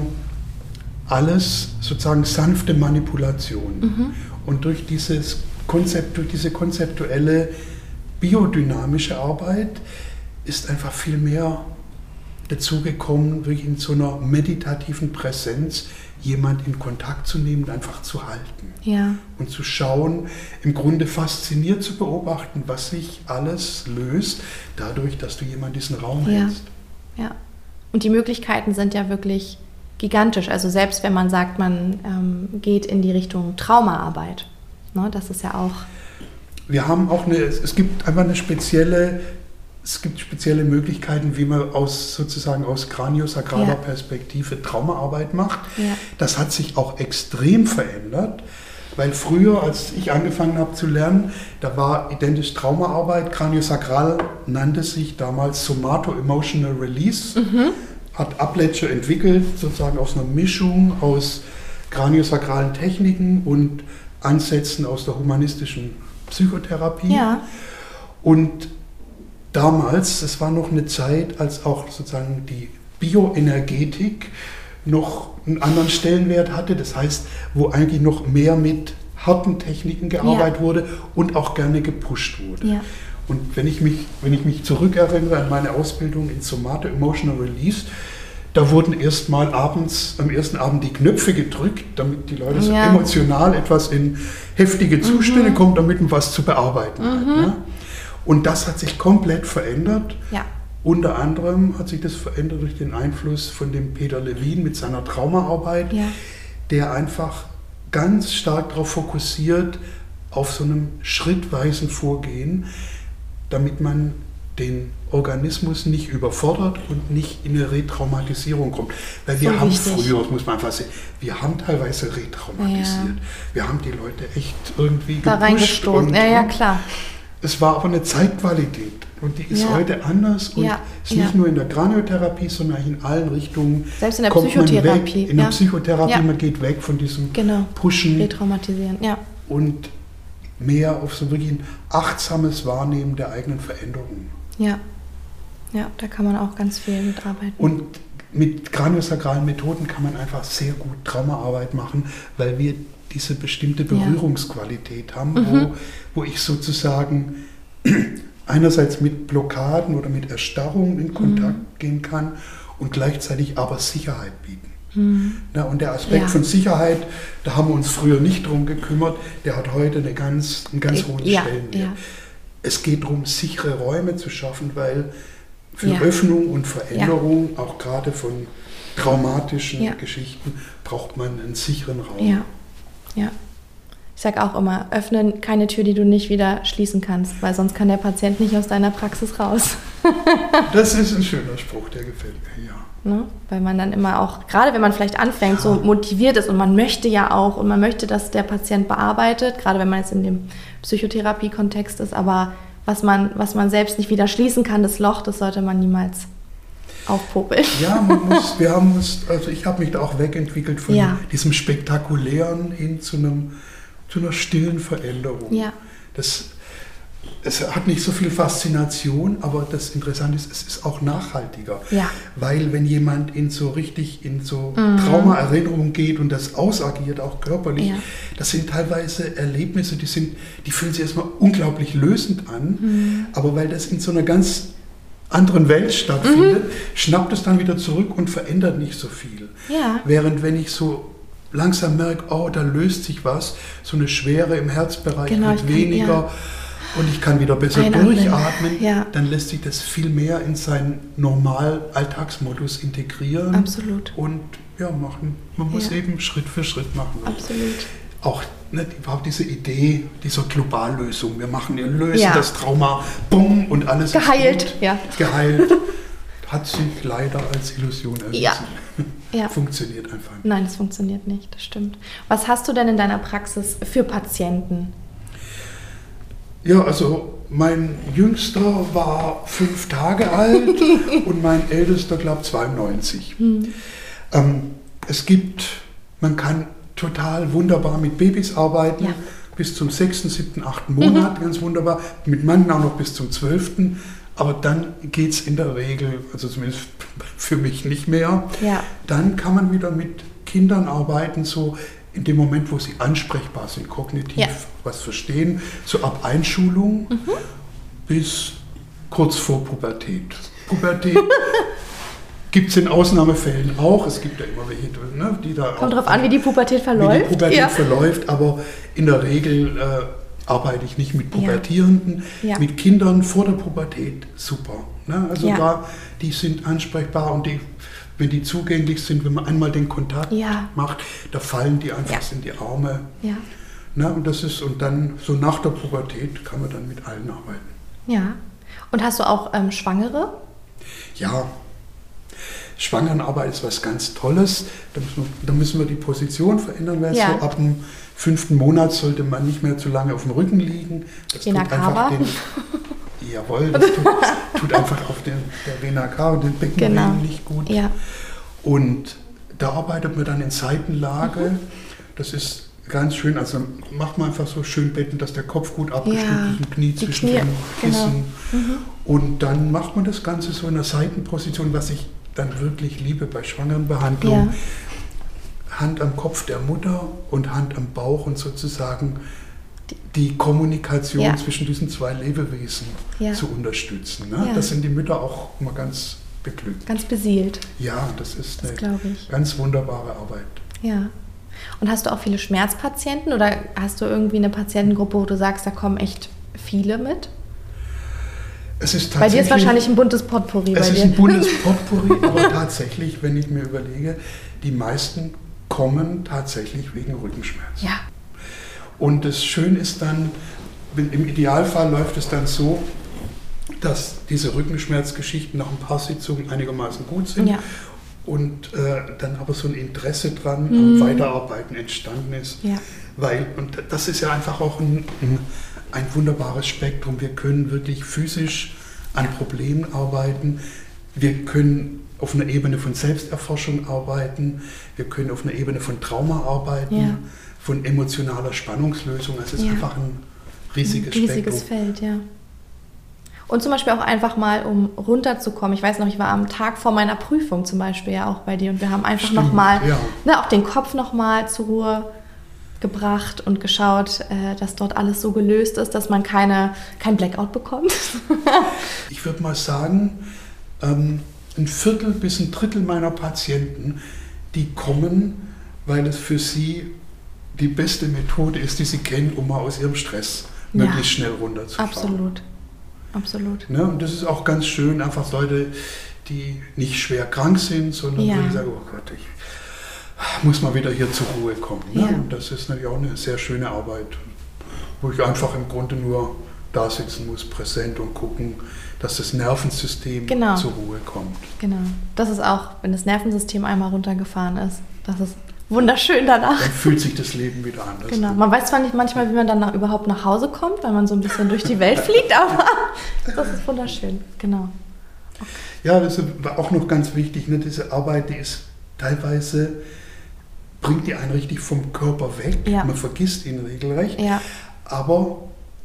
Speaker 2: alles sozusagen sanfte Manipulationen. Mhm. Und durch dieses Konzept, durch diese konzeptuelle biodynamische Arbeit ist einfach viel mehr dazugekommen, wirklich in so einer meditativen Präsenz jemand in Kontakt zu nehmen und einfach zu halten.
Speaker 1: Ja.
Speaker 2: Und zu schauen, im Grunde fasziniert zu beobachten, was sich alles löst, dadurch, dass du jemand diesen Raum
Speaker 1: ja.
Speaker 2: hältst.
Speaker 1: Ja. Und die Möglichkeiten sind ja wirklich gigantisch. Also selbst wenn man sagt, man ähm, geht in die Richtung Traumaarbeit. Ne, das ist ja auch...
Speaker 2: Wir haben auch eine, es gibt einfach eine spezielle, es gibt spezielle Möglichkeiten, wie man aus sozusagen aus kraniosakraler ja. Perspektive Traumaarbeit macht.
Speaker 1: Ja.
Speaker 2: Das hat sich auch extrem verändert, weil früher, als ich angefangen habe zu lernen, da war identisch Traumaarbeit, kraniosakral nannte sich damals Somato-Emotional Release, mhm. hat Upledger entwickelt, sozusagen aus einer Mischung aus kraniosakralen Techniken und Ansätzen aus der humanistischen Psychotherapie.
Speaker 1: Ja.
Speaker 2: Und damals, das war noch eine Zeit, als auch sozusagen die Bioenergetik noch einen anderen Stellenwert hatte, das heißt, wo eigentlich noch mehr mit harten Techniken gearbeitet ja. wurde und auch gerne gepusht wurde.
Speaker 1: Ja.
Speaker 2: Und wenn ich mich, wenn ich mich zurückerinnere an meine Ausbildung in Somato Emotional Release, da wurden erstmal abends, am ersten Abend die Knöpfe gedrückt, damit die Leute so
Speaker 1: ja.
Speaker 2: emotional etwas in heftige Zustände mhm. kommen, damit man was zu bearbeiten
Speaker 1: mhm.
Speaker 2: hat. Ne? Und das hat sich komplett verändert.
Speaker 1: Ja.
Speaker 2: Unter anderem hat sich das verändert durch den Einfluss von dem Peter Levine mit seiner Traumaarbeit,
Speaker 1: ja.
Speaker 2: der einfach ganz stark darauf fokussiert, auf so einem schrittweisen Vorgehen, damit man den Organismus nicht überfordert und nicht in eine Retraumatisierung kommt. Weil wir so haben wichtig. früher, das muss man einfach sehen, wir haben teilweise retraumatisiert. Ja. Wir haben die Leute echt irgendwie
Speaker 1: da reingestoßen. Ja, ja, klar.
Speaker 2: Es war aber eine Zeitqualität und die ist ja. heute anders und
Speaker 1: ja.
Speaker 2: ist nicht ja. nur in der Kraniotherapie, sondern in allen Richtungen.
Speaker 1: Selbst in der Psychotherapie.
Speaker 2: In
Speaker 1: ja.
Speaker 2: der Psychotherapie,
Speaker 1: ja.
Speaker 2: man geht weg von diesem
Speaker 1: genau.
Speaker 2: Pushen.
Speaker 1: Retraumatisieren, ja.
Speaker 2: Und mehr auf so wirklich ein achtsames Wahrnehmen der eigenen Veränderungen.
Speaker 1: Ja, ja, da kann man auch ganz viel mitarbeiten.
Speaker 2: Und mit kraniosakralen Methoden kann man einfach sehr gut Traumaarbeit machen, weil wir diese bestimmte Berührungsqualität ja. haben, mhm. wo, wo ich sozusagen einerseits mit Blockaden oder mit Erstarrungen in Kontakt mhm. gehen kann und gleichzeitig aber Sicherheit bieten.
Speaker 1: Mhm.
Speaker 2: Na, und der Aspekt ja. von Sicherheit, da haben wir uns früher nicht drum gekümmert, der hat heute eine ganz, einen ganz hohen
Speaker 1: ja.
Speaker 2: Stellenwert.
Speaker 1: Ja.
Speaker 2: Es geht darum, sichere Räume zu schaffen, weil für
Speaker 1: ja.
Speaker 2: Öffnung und Veränderung, ja. auch gerade von traumatischen
Speaker 1: ja.
Speaker 2: Geschichten, braucht man einen sicheren Raum.
Speaker 1: Ja, ja. Ich sage auch immer, öffne keine Tür, die du nicht wieder schließen kannst, weil sonst kann der Patient nicht aus deiner Praxis raus.
Speaker 2: Das ist ein schöner Spruch, der gefällt mir, ja.
Speaker 1: Ne? Weil man dann immer auch, gerade wenn man vielleicht anfängt, ja. so motiviert ist und man möchte ja auch und man möchte, dass der Patient bearbeitet, gerade wenn man jetzt in dem Psychotherapie-Kontext ist, aber was man, was man selbst nicht wieder schließen kann, das Loch, das sollte man niemals aufpopeln.
Speaker 2: Ja, man muss, wir haben uns, also ich habe mich da auch wegentwickelt von ja. diesem Spektakulären hin zu einem, zu einer stillen Veränderung.
Speaker 1: Ja.
Speaker 2: Das, es hat nicht so viel Faszination, aber das Interessante ist, es ist auch nachhaltiger.
Speaker 1: Ja.
Speaker 2: Weil wenn jemand in so richtig in so
Speaker 1: Mhm.
Speaker 2: Traumaerinnerungen geht und das ausagiert, auch körperlich,
Speaker 1: Ja.
Speaker 2: das sind teilweise Erlebnisse, die sind, die fühlen sich erstmal unglaublich lösend an,
Speaker 1: Mhm.
Speaker 2: aber weil das in so einer ganz anderen Welt stattfindet,
Speaker 1: Mhm.
Speaker 2: schnappt es dann wieder zurück und verändert nicht so viel.
Speaker 1: Ja.
Speaker 2: Während wenn ich so langsam merke, oh, da löst sich was, so eine Schwere im Herzbereich
Speaker 1: Genau,
Speaker 2: wird
Speaker 1: ich kann-
Speaker 2: weniger
Speaker 1: ja.
Speaker 2: und ich kann wieder besser
Speaker 1: Einatmen.
Speaker 2: durchatmen,
Speaker 1: Ja.
Speaker 2: dann lässt sich das viel mehr in seinen normal Alltagsmodus integrieren.
Speaker 1: Absolut.
Speaker 2: Und ja, machen. Man muss
Speaker 1: Ja.
Speaker 2: eben Schritt für Schritt machen.
Speaker 1: Absolut.
Speaker 2: Auch ne, überhaupt diese Idee dieser Globallösung. Wir machen, wir lösen
Speaker 1: Ja.
Speaker 2: das Trauma, bumm, und alles
Speaker 1: Geheilt,
Speaker 2: ist gut.
Speaker 1: ja.
Speaker 2: Geheilt. Hat sich leider als Illusion erwiesen.
Speaker 1: Ja. Ja.
Speaker 2: Funktioniert einfach nicht.
Speaker 1: Nein, das funktioniert nicht, das stimmt. Was hast du denn in deiner Praxis für Patienten?
Speaker 2: Ja, also mein Jüngster war fünf Tage alt und mein Ältester, glaube ich, zweiundneunzig.
Speaker 1: Hm.
Speaker 2: Ähm, es gibt, man kann total wunderbar mit Babys arbeiten,
Speaker 1: Ja.
Speaker 2: bis zum sechsten, siebten, achten Monat, ganz wunderbar. Mit manchen auch noch bis zum zwölften. Aber dann geht es in der Regel, also zumindest für mich nicht mehr.
Speaker 1: Ja.
Speaker 2: Dann kann man wieder mit Kindern arbeiten, so in dem Moment, wo sie ansprechbar sind, kognitiv
Speaker 1: Ja.
Speaker 2: was verstehen, so ab Einschulung
Speaker 1: Mhm.
Speaker 2: bis kurz vor Pubertät. Pubertät gibt es in Ausnahmefällen auch. Es gibt ja immer welche, ne, die da
Speaker 1: Kommt
Speaker 2: auch,
Speaker 1: drauf an, wie die Pubertät verläuft.
Speaker 2: wie die Pubertät
Speaker 1: ja.
Speaker 2: verläuft, aber in der Regel äh, arbeite ich nicht mit
Speaker 1: Ja.
Speaker 2: Pubertierenden,
Speaker 1: Ja.
Speaker 2: mit Kindern vor der Pubertät super. Ne? Also
Speaker 1: Ja.
Speaker 2: da, die sind ansprechbar und die, wenn die zugänglich sind, wenn man einmal den Kontakt
Speaker 1: Ja.
Speaker 2: macht, da fallen die einfach
Speaker 1: Ja.
Speaker 2: in die Arme.
Speaker 1: Ja.
Speaker 2: Ne? Und das ist, und dann so nach der Pubertät kann man dann mit allen arbeiten.
Speaker 1: Ja. Und hast du auch ähm, Schwangere?
Speaker 2: Ja, Schwangerenarbeit ist was ganz Tolles. Da müssen wir, da müssen wir die Position verändern, weil
Speaker 1: Ja.
Speaker 2: so ab dem fünften Monat sollte man nicht mehr zu lange auf dem Rücken liegen. Das
Speaker 1: Vena
Speaker 2: tut einfach
Speaker 1: cava.
Speaker 2: den, jawohl, das tut, tut einfach auf den, der Vena cava und den Beckenboden
Speaker 1: Genau.
Speaker 2: nicht gut.
Speaker 1: Ja.
Speaker 2: Und da arbeitet man dann in Seitenlage.
Speaker 1: Mhm.
Speaker 2: Das ist ganz schön. Also macht man einfach so schön Betten, dass der Kopf gut abgestimmt
Speaker 1: Ja,
Speaker 2: ist, ein Knie
Speaker 1: die
Speaker 2: zwischen
Speaker 1: Knie,
Speaker 2: den Kissen.
Speaker 1: genau. Mhm.
Speaker 2: Und dann macht man das Ganze so in einer Seitenposition, was ich dann wirklich liebe bei Schwangerenbehandlung.
Speaker 1: Ja.
Speaker 2: Hand am Kopf der Mutter und Hand am Bauch und sozusagen die Kommunikation
Speaker 1: Ja.
Speaker 2: zwischen diesen zwei Lebewesen
Speaker 1: Ja.
Speaker 2: zu unterstützen. Ne?
Speaker 1: Ja.
Speaker 2: Das sind die Mütter auch immer ganz beglückt.
Speaker 1: Ganz beseelt,
Speaker 2: Ja, das ist
Speaker 1: das
Speaker 2: eine
Speaker 1: glaube ich.
Speaker 2: ganz wunderbare Arbeit.
Speaker 1: Ja. Und hast du auch viele Schmerzpatienten oder hast du irgendwie eine Patientengruppe, wo du sagst, da kommen echt viele mit?
Speaker 2: Es ist
Speaker 1: Bei dir ist
Speaker 2: tatsächlich-
Speaker 1: wahrscheinlich ein buntes Potpourri.
Speaker 2: Es
Speaker 1: bei
Speaker 2: ist
Speaker 1: dir.
Speaker 2: ein buntes Potpourri, aber tatsächlich, wenn ich mir überlege, die meisten kommen tatsächlich wegen Rückenschmerz.
Speaker 1: Ja.
Speaker 2: Und das Schöne ist dann, wenn- im Idealfall läuft es dann so, dass diese Rückenschmerzgeschichten nach ein paar Sitzungen einigermaßen gut sind
Speaker 1: Ja.
Speaker 2: und äh, dann aber so ein Interesse dran
Speaker 1: Mhm.
Speaker 2: am Weiterarbeiten entstanden ist.
Speaker 1: Ja.
Speaker 2: Weil, und das ist ja einfach auch ein, ein, ein wunderbares Spektrum. Wir können wirklich physisch an Problemen arbeiten. Wir können auf einer Ebene von Selbsterforschung arbeiten. Wir können auf einer Ebene von Trauma arbeiten,
Speaker 1: Ja.
Speaker 2: von emotionaler Spannungslösung. Also es ist
Speaker 1: Ja.
Speaker 2: einfach ein riesiges,
Speaker 1: Ein riesiges
Speaker 2: Spektrum.
Speaker 1: Feld, ja. Und zum Beispiel auch einfach mal, um runterzukommen. Ich weiß noch, ich war am Tag vor meiner Prüfung zum Beispiel ja auch bei dir und wir haben einfach
Speaker 2: Stimmt,
Speaker 1: nochmal,
Speaker 2: ja.
Speaker 1: ne, auch den Kopf nochmal zur Ruhe gebracht und geschaut, äh, dass dort alles so gelöst ist, dass man keine, kein Blackout bekommt.
Speaker 2: Ich würde mal sagen, ähm, ein Viertel bis ein Drittel meiner Patienten, die kommen, weil es für sie die beste Methode ist, die sie kennen, um mal aus ihrem Stress
Speaker 1: Ja.
Speaker 2: möglichst schnell runterzufahren.
Speaker 1: Absolut. Absolut.
Speaker 2: Ne? Und das ist auch ganz schön, einfach Leute, die nicht schwer krank sind, sondern
Speaker 1: Ja.
Speaker 2: wo die sagen, oh Gott, ich muss mal wieder hier zur Ruhe kommen. Ne?
Speaker 1: Ja.
Speaker 2: Und das ist natürlich auch eine sehr schöne Arbeit, wo ich einfach im Grunde nur da sitzen muss, präsent und gucken, dass das Nervensystem
Speaker 1: Genau.
Speaker 2: zur Ruhe kommt.
Speaker 1: Genau. Das ist auch, wenn das Nervensystem einmal runtergefahren ist, das ist wunderschön danach.
Speaker 2: Dann fühlt sich das Leben wieder anders.
Speaker 1: Genau. Man weiß zwar nicht manchmal, wie man dann nach, überhaupt nach Hause kommt, weil man so ein bisschen durch die Welt fliegt, aber das ist wunderschön. Genau.
Speaker 2: Ja, das war auch noch ganz wichtig. Ne? Diese Arbeit, die ist teilweise, bringt die einen richtig vom Körper weg.
Speaker 1: Ja.
Speaker 2: Man vergisst ihn regelrecht.
Speaker 1: Ja.
Speaker 2: Aber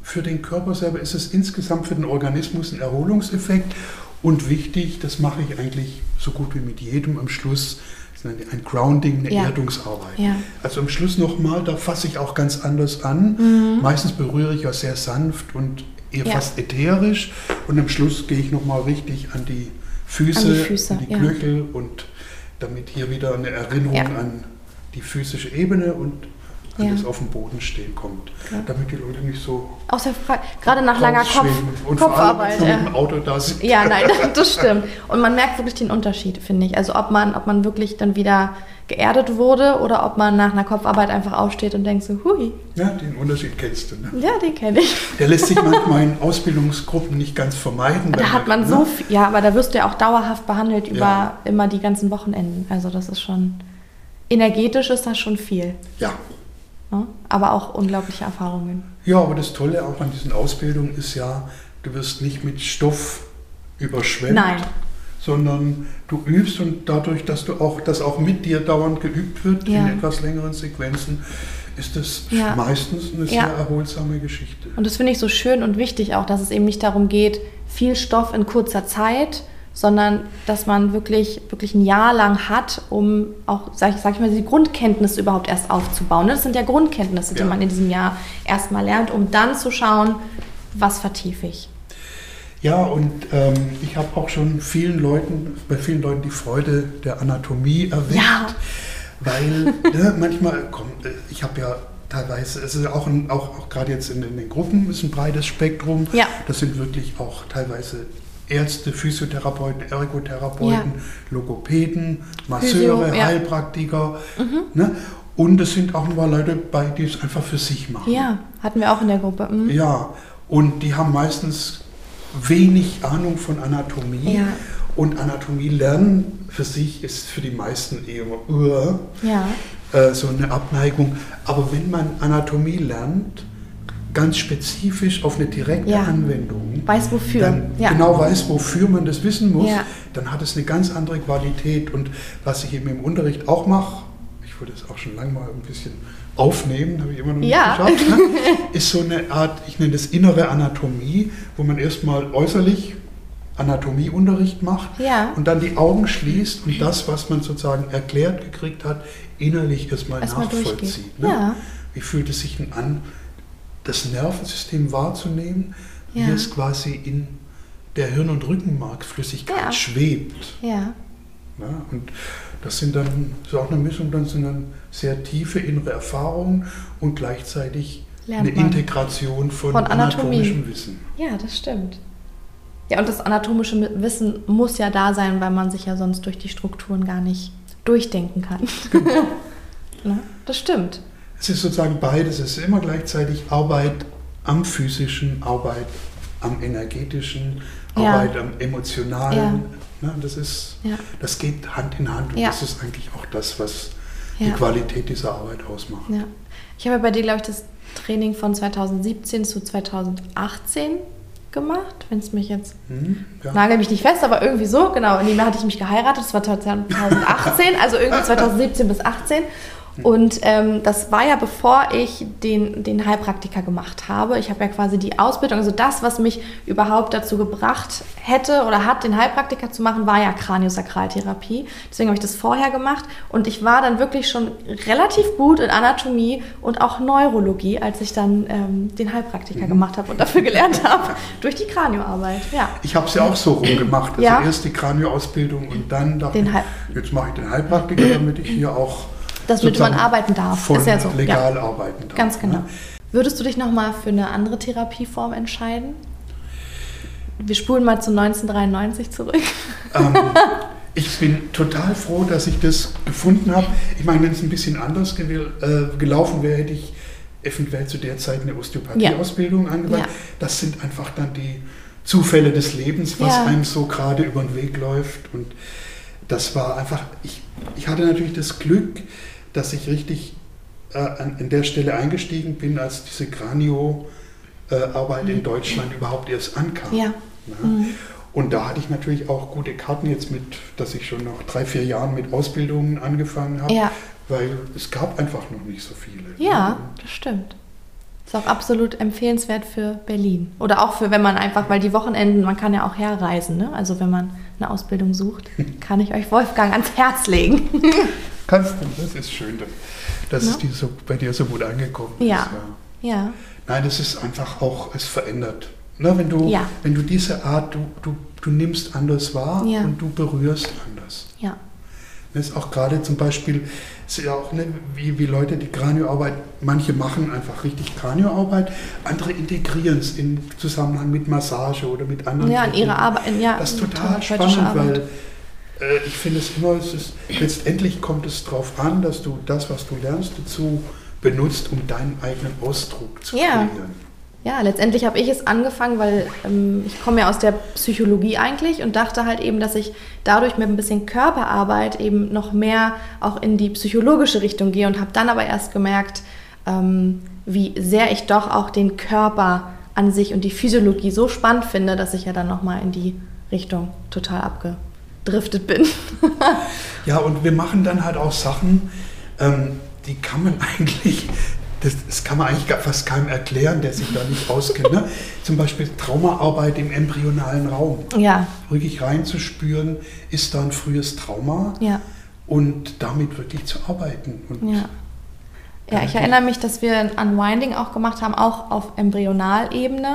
Speaker 2: für den Körper selber ist es insgesamt für den Organismus ein Erholungseffekt und wichtig, das mache ich eigentlich so gut wie mit jedem am Schluss, ein Grounding, eine
Speaker 1: ja.
Speaker 2: Erdungsarbeit.
Speaker 1: Ja.
Speaker 2: Also am Schluss nochmal, da fasse ich auch ganz anders an. Mhm. Meistens berühre ich ja sehr sanft und eher ja. fast ätherisch und am Schluss gehe ich nochmal richtig an die Füße, an die, Füße, an die Knöchel ja. und damit hier wieder eine Erinnerung ja. an die physische Ebene und an ja. das auf dem Boden stehen kommt, ja. damit die Leute nicht so
Speaker 1: aus der Fra- gerade nach langer Kopf-
Speaker 2: und
Speaker 1: Kopfarbeit
Speaker 2: vor allem,
Speaker 1: ja.
Speaker 2: mit dem Auto da sind.
Speaker 1: Ja, nein, das stimmt. Und man merkt wirklich den Unterschied, finde ich. Also ob man, ob man wirklich dann wieder geerdet wurde oder ob man nach einer Kopfarbeit einfach aufsteht und denkt so, hui.
Speaker 2: Ja, den Unterschied kennst du, ne?
Speaker 1: Ja, den kenne ich.
Speaker 2: Der lässt sich manchmal in Ausbildungsgruppen nicht ganz vermeiden.
Speaker 1: Da hat man ne? so viel, ja, aber da wirst du ja auch dauerhaft behandelt über ja. immer die ganzen Wochenenden. Also das ist schon, energetisch ist das schon viel.
Speaker 2: Ja.
Speaker 1: Ja, aber auch unglaubliche Erfahrungen.
Speaker 2: Ja, aber das Tolle auch an diesen Ausbildungen ist ja, du wirst nicht mit Stoff überschwemmt,
Speaker 1: Nein.
Speaker 2: sondern du übst und dadurch, dass du auch, dass auch mit dir dauernd geübt wird ja. in etwas längeren Sequenzen, ist das ja. meistens eine sehr ja. erholsame Geschichte.
Speaker 1: Und das finde ich so schön und wichtig auch, dass es eben nicht darum geht, viel Stoff in kurzer Zeit, sondern dass man wirklich, wirklich ein Jahr lang hat, um auch, sag ich, sag ich mal, die Grundkenntnisse überhaupt erst aufzubauen. Das sind ja Grundkenntnisse, die ja. man in diesem Jahr erstmal lernt, um dann zu schauen, was vertiefe ich.
Speaker 2: Ja, und ähm, ich habe auch schon vielen Leuten, bei vielen Leuten die Freude der Anatomie erweckt,
Speaker 1: ja.
Speaker 2: weil ne, manchmal, komm, ich habe ja teilweise, es ist auch, ein, auch, auch gerade jetzt in, in den Gruppen ist ein breites Spektrum,
Speaker 1: ja.
Speaker 2: das sind wirklich auch teilweise Ärzte, Physiotherapeuten, Ergotherapeuten, ja. Logopäden, Masseure, Physio, ja. Heilpraktiker. Mhm. Ne? Und es sind auch ein paar Leute bei, die es einfach für sich machen.
Speaker 1: Ja, hatten wir auch in der Gruppe. Mhm.
Speaker 2: Ja, und die haben meistens wenig Ahnung von Anatomie.
Speaker 1: Ja.
Speaker 2: Und Anatomie lernen für sich ist für die meisten eher uh,
Speaker 1: ja.
Speaker 2: äh, so eine Abneigung. Aber wenn man Anatomie lernt, ganz spezifisch auf eine direkte ja. Anwendung,
Speaker 1: weiß wofür,
Speaker 2: dann
Speaker 1: ja.
Speaker 2: genau weiß, wofür man das wissen muss,
Speaker 1: ja.
Speaker 2: dann hat es eine ganz andere Qualität. Und was ich eben im Unterricht auch mache, ich würde es auch schon lange mal ein bisschen aufnehmen, habe ich immer noch nicht
Speaker 1: ja.
Speaker 2: geschafft, ne? ist so eine Art, ich nenne das innere Anatomie, wo man erstmal äußerlich Anatomieunterricht macht
Speaker 1: ja.
Speaker 2: und dann die Augen schließt und das, was man sozusagen erklärt gekriegt hat, innerlich erstmal
Speaker 1: erst
Speaker 2: nachvollzieht. Ne?
Speaker 1: Ja.
Speaker 2: Wie fühlt es sich denn an, das Nervensystem wahrzunehmen,
Speaker 1: ja.
Speaker 2: wie es quasi in der Hirn- und Rückenmarksflüssigkeit ja. schwebt.
Speaker 1: Ja.
Speaker 2: Ja, und das sind dann, das ist auch eine Mischung, dann sind dann sehr tiefe innere Erfahrungen und gleichzeitig Lernt eine man. Integration von,
Speaker 1: von
Speaker 2: anatomischem Wissen.
Speaker 1: Ja, das stimmt. Ja, und das anatomische Wissen muss ja da sein, weil man sich ja sonst durch die Strukturen gar nicht durchdenken kann. Genau. Na, das stimmt.
Speaker 2: Es ist sozusagen beides. Es ist immer gleichzeitig Arbeit am physischen, Arbeit am energetischen,
Speaker 1: ja.
Speaker 2: Arbeit am emotionalen. Ja. Ne, das, ist,
Speaker 1: ja.
Speaker 2: das geht Hand in Hand und
Speaker 1: ja.
Speaker 2: das ist eigentlich auch das, was
Speaker 1: ja.
Speaker 2: die Qualität dieser Arbeit ausmacht.
Speaker 1: Ja. Ich habe bei dir, glaube ich, das Training von zweitausendsiebzehn zu zweitausendachtzehn gemacht, wenn es mich jetzt, hm, ja. nagel mich nicht fest, aber irgendwie so, genau, in dem Jahr hatte ich mich geheiratet, das war zweitausendachtzehn, also irgendwie zweitausendsiebzehn bis achtzehn. Und ähm, das war ja bevor ich den, den Heilpraktiker gemacht habe. Ich habe ja quasi die Ausbildung, also das, was mich überhaupt dazu gebracht hätte oder hat, den Heilpraktiker zu machen, war ja Kraniosakraltherapie. Deswegen habe ich das vorher gemacht und ich war dann wirklich schon relativ gut in Anatomie und auch Neurologie, als ich dann ähm, den Heilpraktiker mhm. gemacht habe und dafür gelernt habe, durch die Kranioarbeit. Ja.
Speaker 2: Ich habe es ja auch so rum gemacht, also
Speaker 1: ja.
Speaker 2: erst die Kranioausbildung und dann dachte
Speaker 1: den
Speaker 2: ich,
Speaker 1: Heil-
Speaker 2: jetzt mache ich den Heilpraktiker, damit ich hier auch
Speaker 1: damit man arbeiten darf.
Speaker 2: Von
Speaker 1: ist ja so.
Speaker 2: legal
Speaker 1: ja.
Speaker 2: arbeiten darf.
Speaker 1: Ganz genau.
Speaker 2: Ne?
Speaker 1: Würdest du dich nochmal für eine andere Therapieform entscheiden? Wir spulen mal zu neunzehnhundertdreiundneunzig zurück.
Speaker 2: Ähm, ich bin total froh, dass ich das gefunden habe. Ich meine, wenn es ein bisschen anders ge- äh, gelaufen wäre, hätte ich eventuell zu der Zeit eine Osteopathie-Ausbildung ja. angewandt. Ja. Das sind einfach dann die Zufälle des Lebens, was ja. einem so gerade über den Weg läuft. Und das war einfach, ich, ich hatte natürlich das Glück, dass ich richtig äh, an, an der Stelle eingestiegen bin, als diese Kranio-Arbeit äh, in Deutschland überhaupt erst ankam.
Speaker 1: Ja.
Speaker 2: Ja. Mhm. Und da hatte ich natürlich auch gute Karten jetzt mit, dass ich schon nach drei, vier Jahren mit Ausbildungen angefangen habe,
Speaker 1: ja.
Speaker 2: weil es gab einfach noch nicht so viele.
Speaker 1: Ja,
Speaker 2: ne?
Speaker 1: das stimmt. Ist auch absolut empfehlenswert für Berlin. Oder auch für, wenn man einfach, weil die Wochenenden, man kann ja auch herreisen, ne? Also wenn man eine Ausbildung sucht, kann ich euch Wolfgang ans Herz legen.
Speaker 2: Kannst du, das ist schön, dass no? es dir so, bei dir so gut angekommen ist.
Speaker 1: Ja. ja. ja.
Speaker 2: Nein, das ist einfach auch, es verändert. Ne, wenn, du, ja. wenn du diese Art, du, du, du nimmst anders wahr ja. und du berührst anders.
Speaker 1: Ja.
Speaker 2: Das ist auch gerade zum Beispiel, ist ja auch, ne, wie, wie Leute die Kranioarbeit, manche machen einfach richtig Kranioarbeit, andere integrieren es im Zusammenhang mit Massage oder mit anderen.
Speaker 1: Ja, in ihrer Arbeit. Ja,
Speaker 2: das ist total spannend, weil äh, ich finde es immer, es ist, letztendlich kommt es darauf an, dass du das, was du lernst, dazu benutzt, um deinen eigenen Ausdruck zu
Speaker 1: ja.
Speaker 2: kreieren.
Speaker 1: Ja, letztendlich habe ich es angefangen, weil ähm, ich komme ja aus der Psychologie eigentlich und dachte halt eben, dass ich dadurch mit ein bisschen Körperarbeit eben noch mehr auch in die psychologische Richtung gehe und habe dann aber erst gemerkt, ähm, wie sehr ich doch auch den Körper an sich und die Physiologie so spannend finde, dass ich ja dann nochmal in die Richtung total abgedriftet bin.
Speaker 2: Ja, und wir machen dann halt auch Sachen, ähm, die kann man eigentlich... Das, das kann man eigentlich fast keinem erklären, der sich da nicht auskennt. Ne? Zum Beispiel Traumaarbeit im embryonalen Raum.
Speaker 1: Ja.
Speaker 2: Wirklich reinzuspüren, ist da ein frühes Trauma
Speaker 1: ja.
Speaker 2: und damit wirklich zu arbeiten. Und
Speaker 1: ja. ja, ich erinnere mich, dass wir ein Unwinding auch gemacht haben, auch auf Embryonalebene.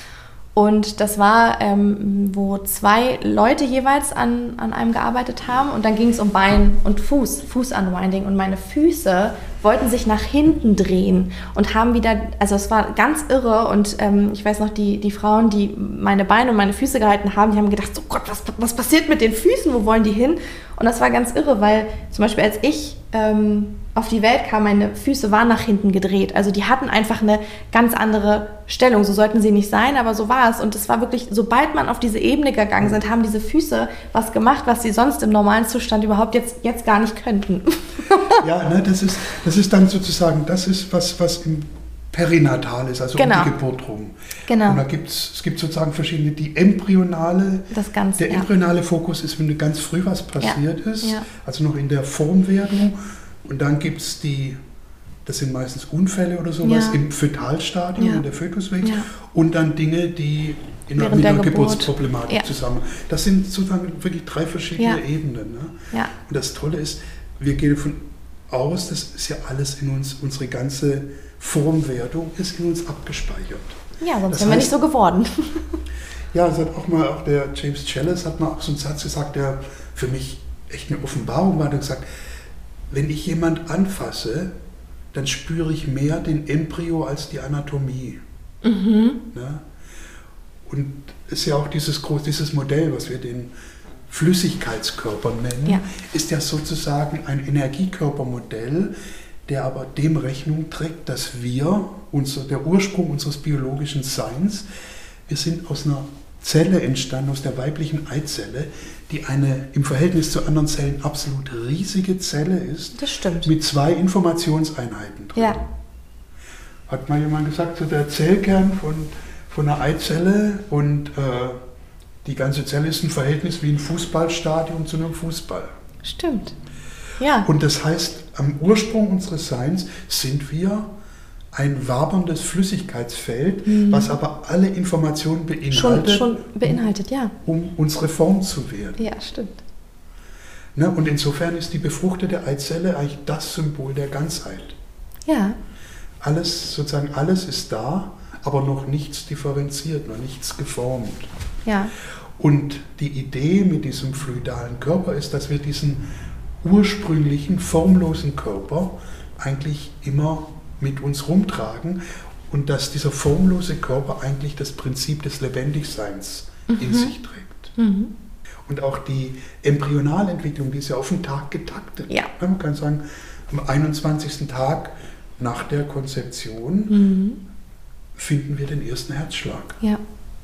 Speaker 1: Und das war, ähm, wo zwei Leute jeweils an, an einem gearbeitet haben und dann ging es um Bein und Fuß, Fuß-Unwinding und meine Füße wollten sich nach hinten drehen und haben wieder, also es war ganz irre und ähm, ich weiß noch, die, die Frauen, die meine Beine und meine Füße gehalten haben, die haben gedacht, so Gott, was, was passiert mit den Füßen, wo wollen die hin? Und das war ganz irre, weil zum Beispiel als ich ähm, auf die Welt kam, meine Füße waren nach hinten gedreht. Also die hatten einfach eine ganz andere Stellung. So sollten sie nicht sein, aber so war es. Und es war wirklich, sobald man auf diese Ebene gegangen sind, haben diese Füße was gemacht, was sie sonst im normalen Zustand überhaupt jetzt, jetzt gar nicht könnten.
Speaker 2: Ja, ne, das ist, das ist dann sozusagen, das ist was, was im Perinatal ist, also
Speaker 1: genau.
Speaker 2: um die Geburt rum.
Speaker 1: Genau.
Speaker 2: Und da gibt's, es gibt sozusagen verschiedene, die embryonale,
Speaker 1: das Ganze,
Speaker 2: der
Speaker 1: ja.
Speaker 2: embryonale Fokus ist, wenn ganz früh was passiert
Speaker 1: ja.
Speaker 2: ist,
Speaker 1: ja.
Speaker 2: also noch in der Formwerdung. Und dann gibt es die, das sind meistens Unfälle oder sowas, ja. im Fötalstadium,
Speaker 1: ja.
Speaker 2: in der Fötusweg.
Speaker 1: Ja.
Speaker 2: Und dann Dinge, die in
Speaker 1: Während
Speaker 2: mit
Speaker 1: der
Speaker 2: einer
Speaker 1: Geburt.
Speaker 2: Geburtsproblematik
Speaker 1: ja.
Speaker 2: zusammen. Das sind sozusagen wirklich drei verschiedene
Speaker 1: ja.
Speaker 2: Ebenen. Ne?
Speaker 1: Ja.
Speaker 2: Und das Tolle ist, wir gehen davon aus, das ist ja alles in uns, unsere ganze Formwerdung ist in uns abgespeichert.
Speaker 1: Ja, sonst
Speaker 2: das
Speaker 1: wären wir nicht so geworden.
Speaker 2: Ja, es hat auch mal, auch der James Challis hat mal auch so einen Satz gesagt, der für mich echt eine Offenbarung war. Der hat gesagt, wenn ich jemand anfasse, dann spüre ich mehr den Embryo als die Anatomie.
Speaker 1: Mhm.
Speaker 2: Ne? Und es ist ja auch dieses, dieses Modell, was wir den Flüssigkeitskörper nennen,
Speaker 1: ja.
Speaker 2: ist ja sozusagen ein Energiekörpermodell, der aber dem Rechnung trägt, dass wir, unser, der Ursprung unseres biologischen Seins, wir sind aus einer Zelle entstanden, aus der weiblichen Eizelle, die eine im Verhältnis zu anderen Zellen absolut riesige Zelle ist.
Speaker 1: Das stimmt.
Speaker 2: Mit zwei Informationseinheiten drin.
Speaker 1: Ja.
Speaker 2: Hat mal jemand gesagt, so der Zellkern von, von einer Eizelle und äh, die ganze Zelle ist ein Verhältnis wie ein Fußballstadion zu einem Fußball.
Speaker 1: Stimmt. Ja.
Speaker 2: Und das heißt, am Ursprung unseres Seins sind wir ein waberndes Flüssigkeitsfeld, mhm. was aber alle Informationen beinhaltet,
Speaker 1: schon, schon beinhaltet ja.
Speaker 2: um unsere Form zu werden.
Speaker 1: Ja, stimmt.
Speaker 2: Ne? Und insofern ist die befruchtete Eizelle eigentlich das Symbol der Ganzheit.
Speaker 1: Ja.
Speaker 2: Alles, sozusagen alles ist da, aber noch nichts differenziert, noch nichts geformt.
Speaker 1: Ja.
Speaker 2: Und die Idee mit diesem fluidalen Körper ist, dass wir diesen ursprünglichen, formlosen Körper eigentlich immer mit uns rumtragen und dass dieser formlose Körper eigentlich das Prinzip des Lebendigseins mhm. in sich trägt. Mhm. Und auch die Embryonalentwicklung, die ist ja auf den Tag getaktet.
Speaker 1: Ja.
Speaker 2: Man kann sagen, am einundzwanzigsten Tag nach der Konzeption
Speaker 1: mhm.
Speaker 2: finden wir den ersten Herzschlag.
Speaker 1: Ja.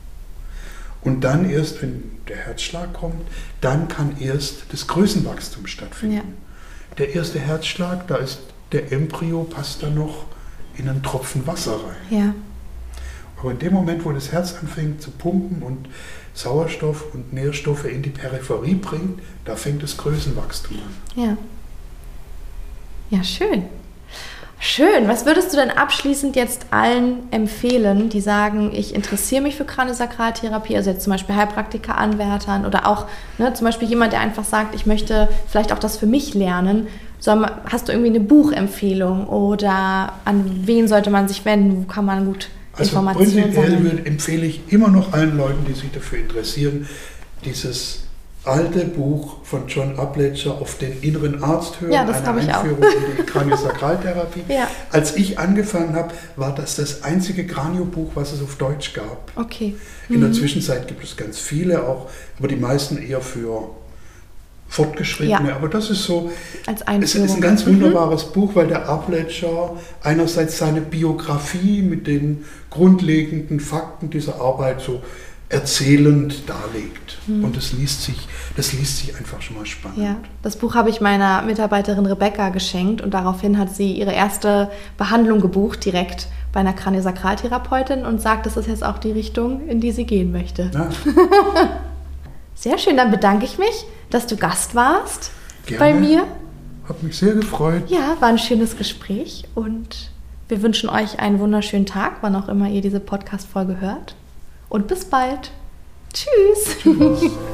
Speaker 2: Und dann erst, wenn der Herzschlag kommt, dann kann erst das Größenwachstum stattfinden.
Speaker 1: Ja.
Speaker 2: Der erste Herzschlag, da ist der Embryo, passt da noch in einen Tropfen Wasser rein.
Speaker 1: Ja.
Speaker 2: Aber in dem Moment, wo das Herz anfängt zu pumpen und Sauerstoff und Nährstoffe in die Peripherie bringt, da fängt das Größenwachstum an.
Speaker 1: Ja. Ja, schön. Schön. Was würdest du denn abschließend jetzt allen empfehlen, die sagen, ich interessiere mich für Kraniosakraltherapie, also jetzt zum Beispiel Heilpraktiker-Anwärtern oder auch ne, zum Beispiel jemand, der einfach sagt, ich möchte vielleicht auch das für mich lernen. Soll, hast du irgendwie eine Buchempfehlung oder an wen sollte man sich wenden? Wo kann man gut
Speaker 2: also
Speaker 1: Informationen sammeln?
Speaker 2: Also prinzipiell empfehle ich immer noch allen Leuten, die sich dafür interessieren, dieses alte Buch von John Upledger auf den inneren Arzt hören,
Speaker 1: ja, das
Speaker 2: eine
Speaker 1: ich
Speaker 2: Einführung
Speaker 1: auch.
Speaker 2: in die Kraniosakraltherapie.
Speaker 1: Ja.
Speaker 2: Als ich angefangen habe, war das das einzige Kraniobuch, was es auf Deutsch gab.
Speaker 1: Okay.
Speaker 2: In
Speaker 1: mhm.
Speaker 2: der Zwischenzeit gibt es ganz viele, auch, aber die meisten eher für Fortgeschrittene.
Speaker 1: Ja.
Speaker 2: Aber das ist so,
Speaker 1: Als
Speaker 2: es ist ein ganz wunderbares mhm. Buch, weil der Upledger einerseits seine Biografie mit den grundlegenden Fakten dieser Arbeit so erzählend darlegt. Hm. Und das liest sich, das liest sich einfach schon mal spannend.
Speaker 1: Ja, das Buch habe ich meiner Mitarbeiterin Rebecca geschenkt und daraufhin hat sie ihre erste Behandlung gebucht, direkt bei einer Kraniosakraltherapeutin und sagt, das ist jetzt auch die Richtung, in die sie gehen möchte. Ja. Sehr schön, dann bedanke ich mich, dass du Gast warst Gerne. bei mir.
Speaker 2: Hat mich sehr gefreut.
Speaker 1: Ja, war ein schönes Gespräch und wir wünschen euch einen wunderschönen Tag, wann auch immer ihr diese Podcast-Folge hört. Und bis bald. Tschüss. Tschüss.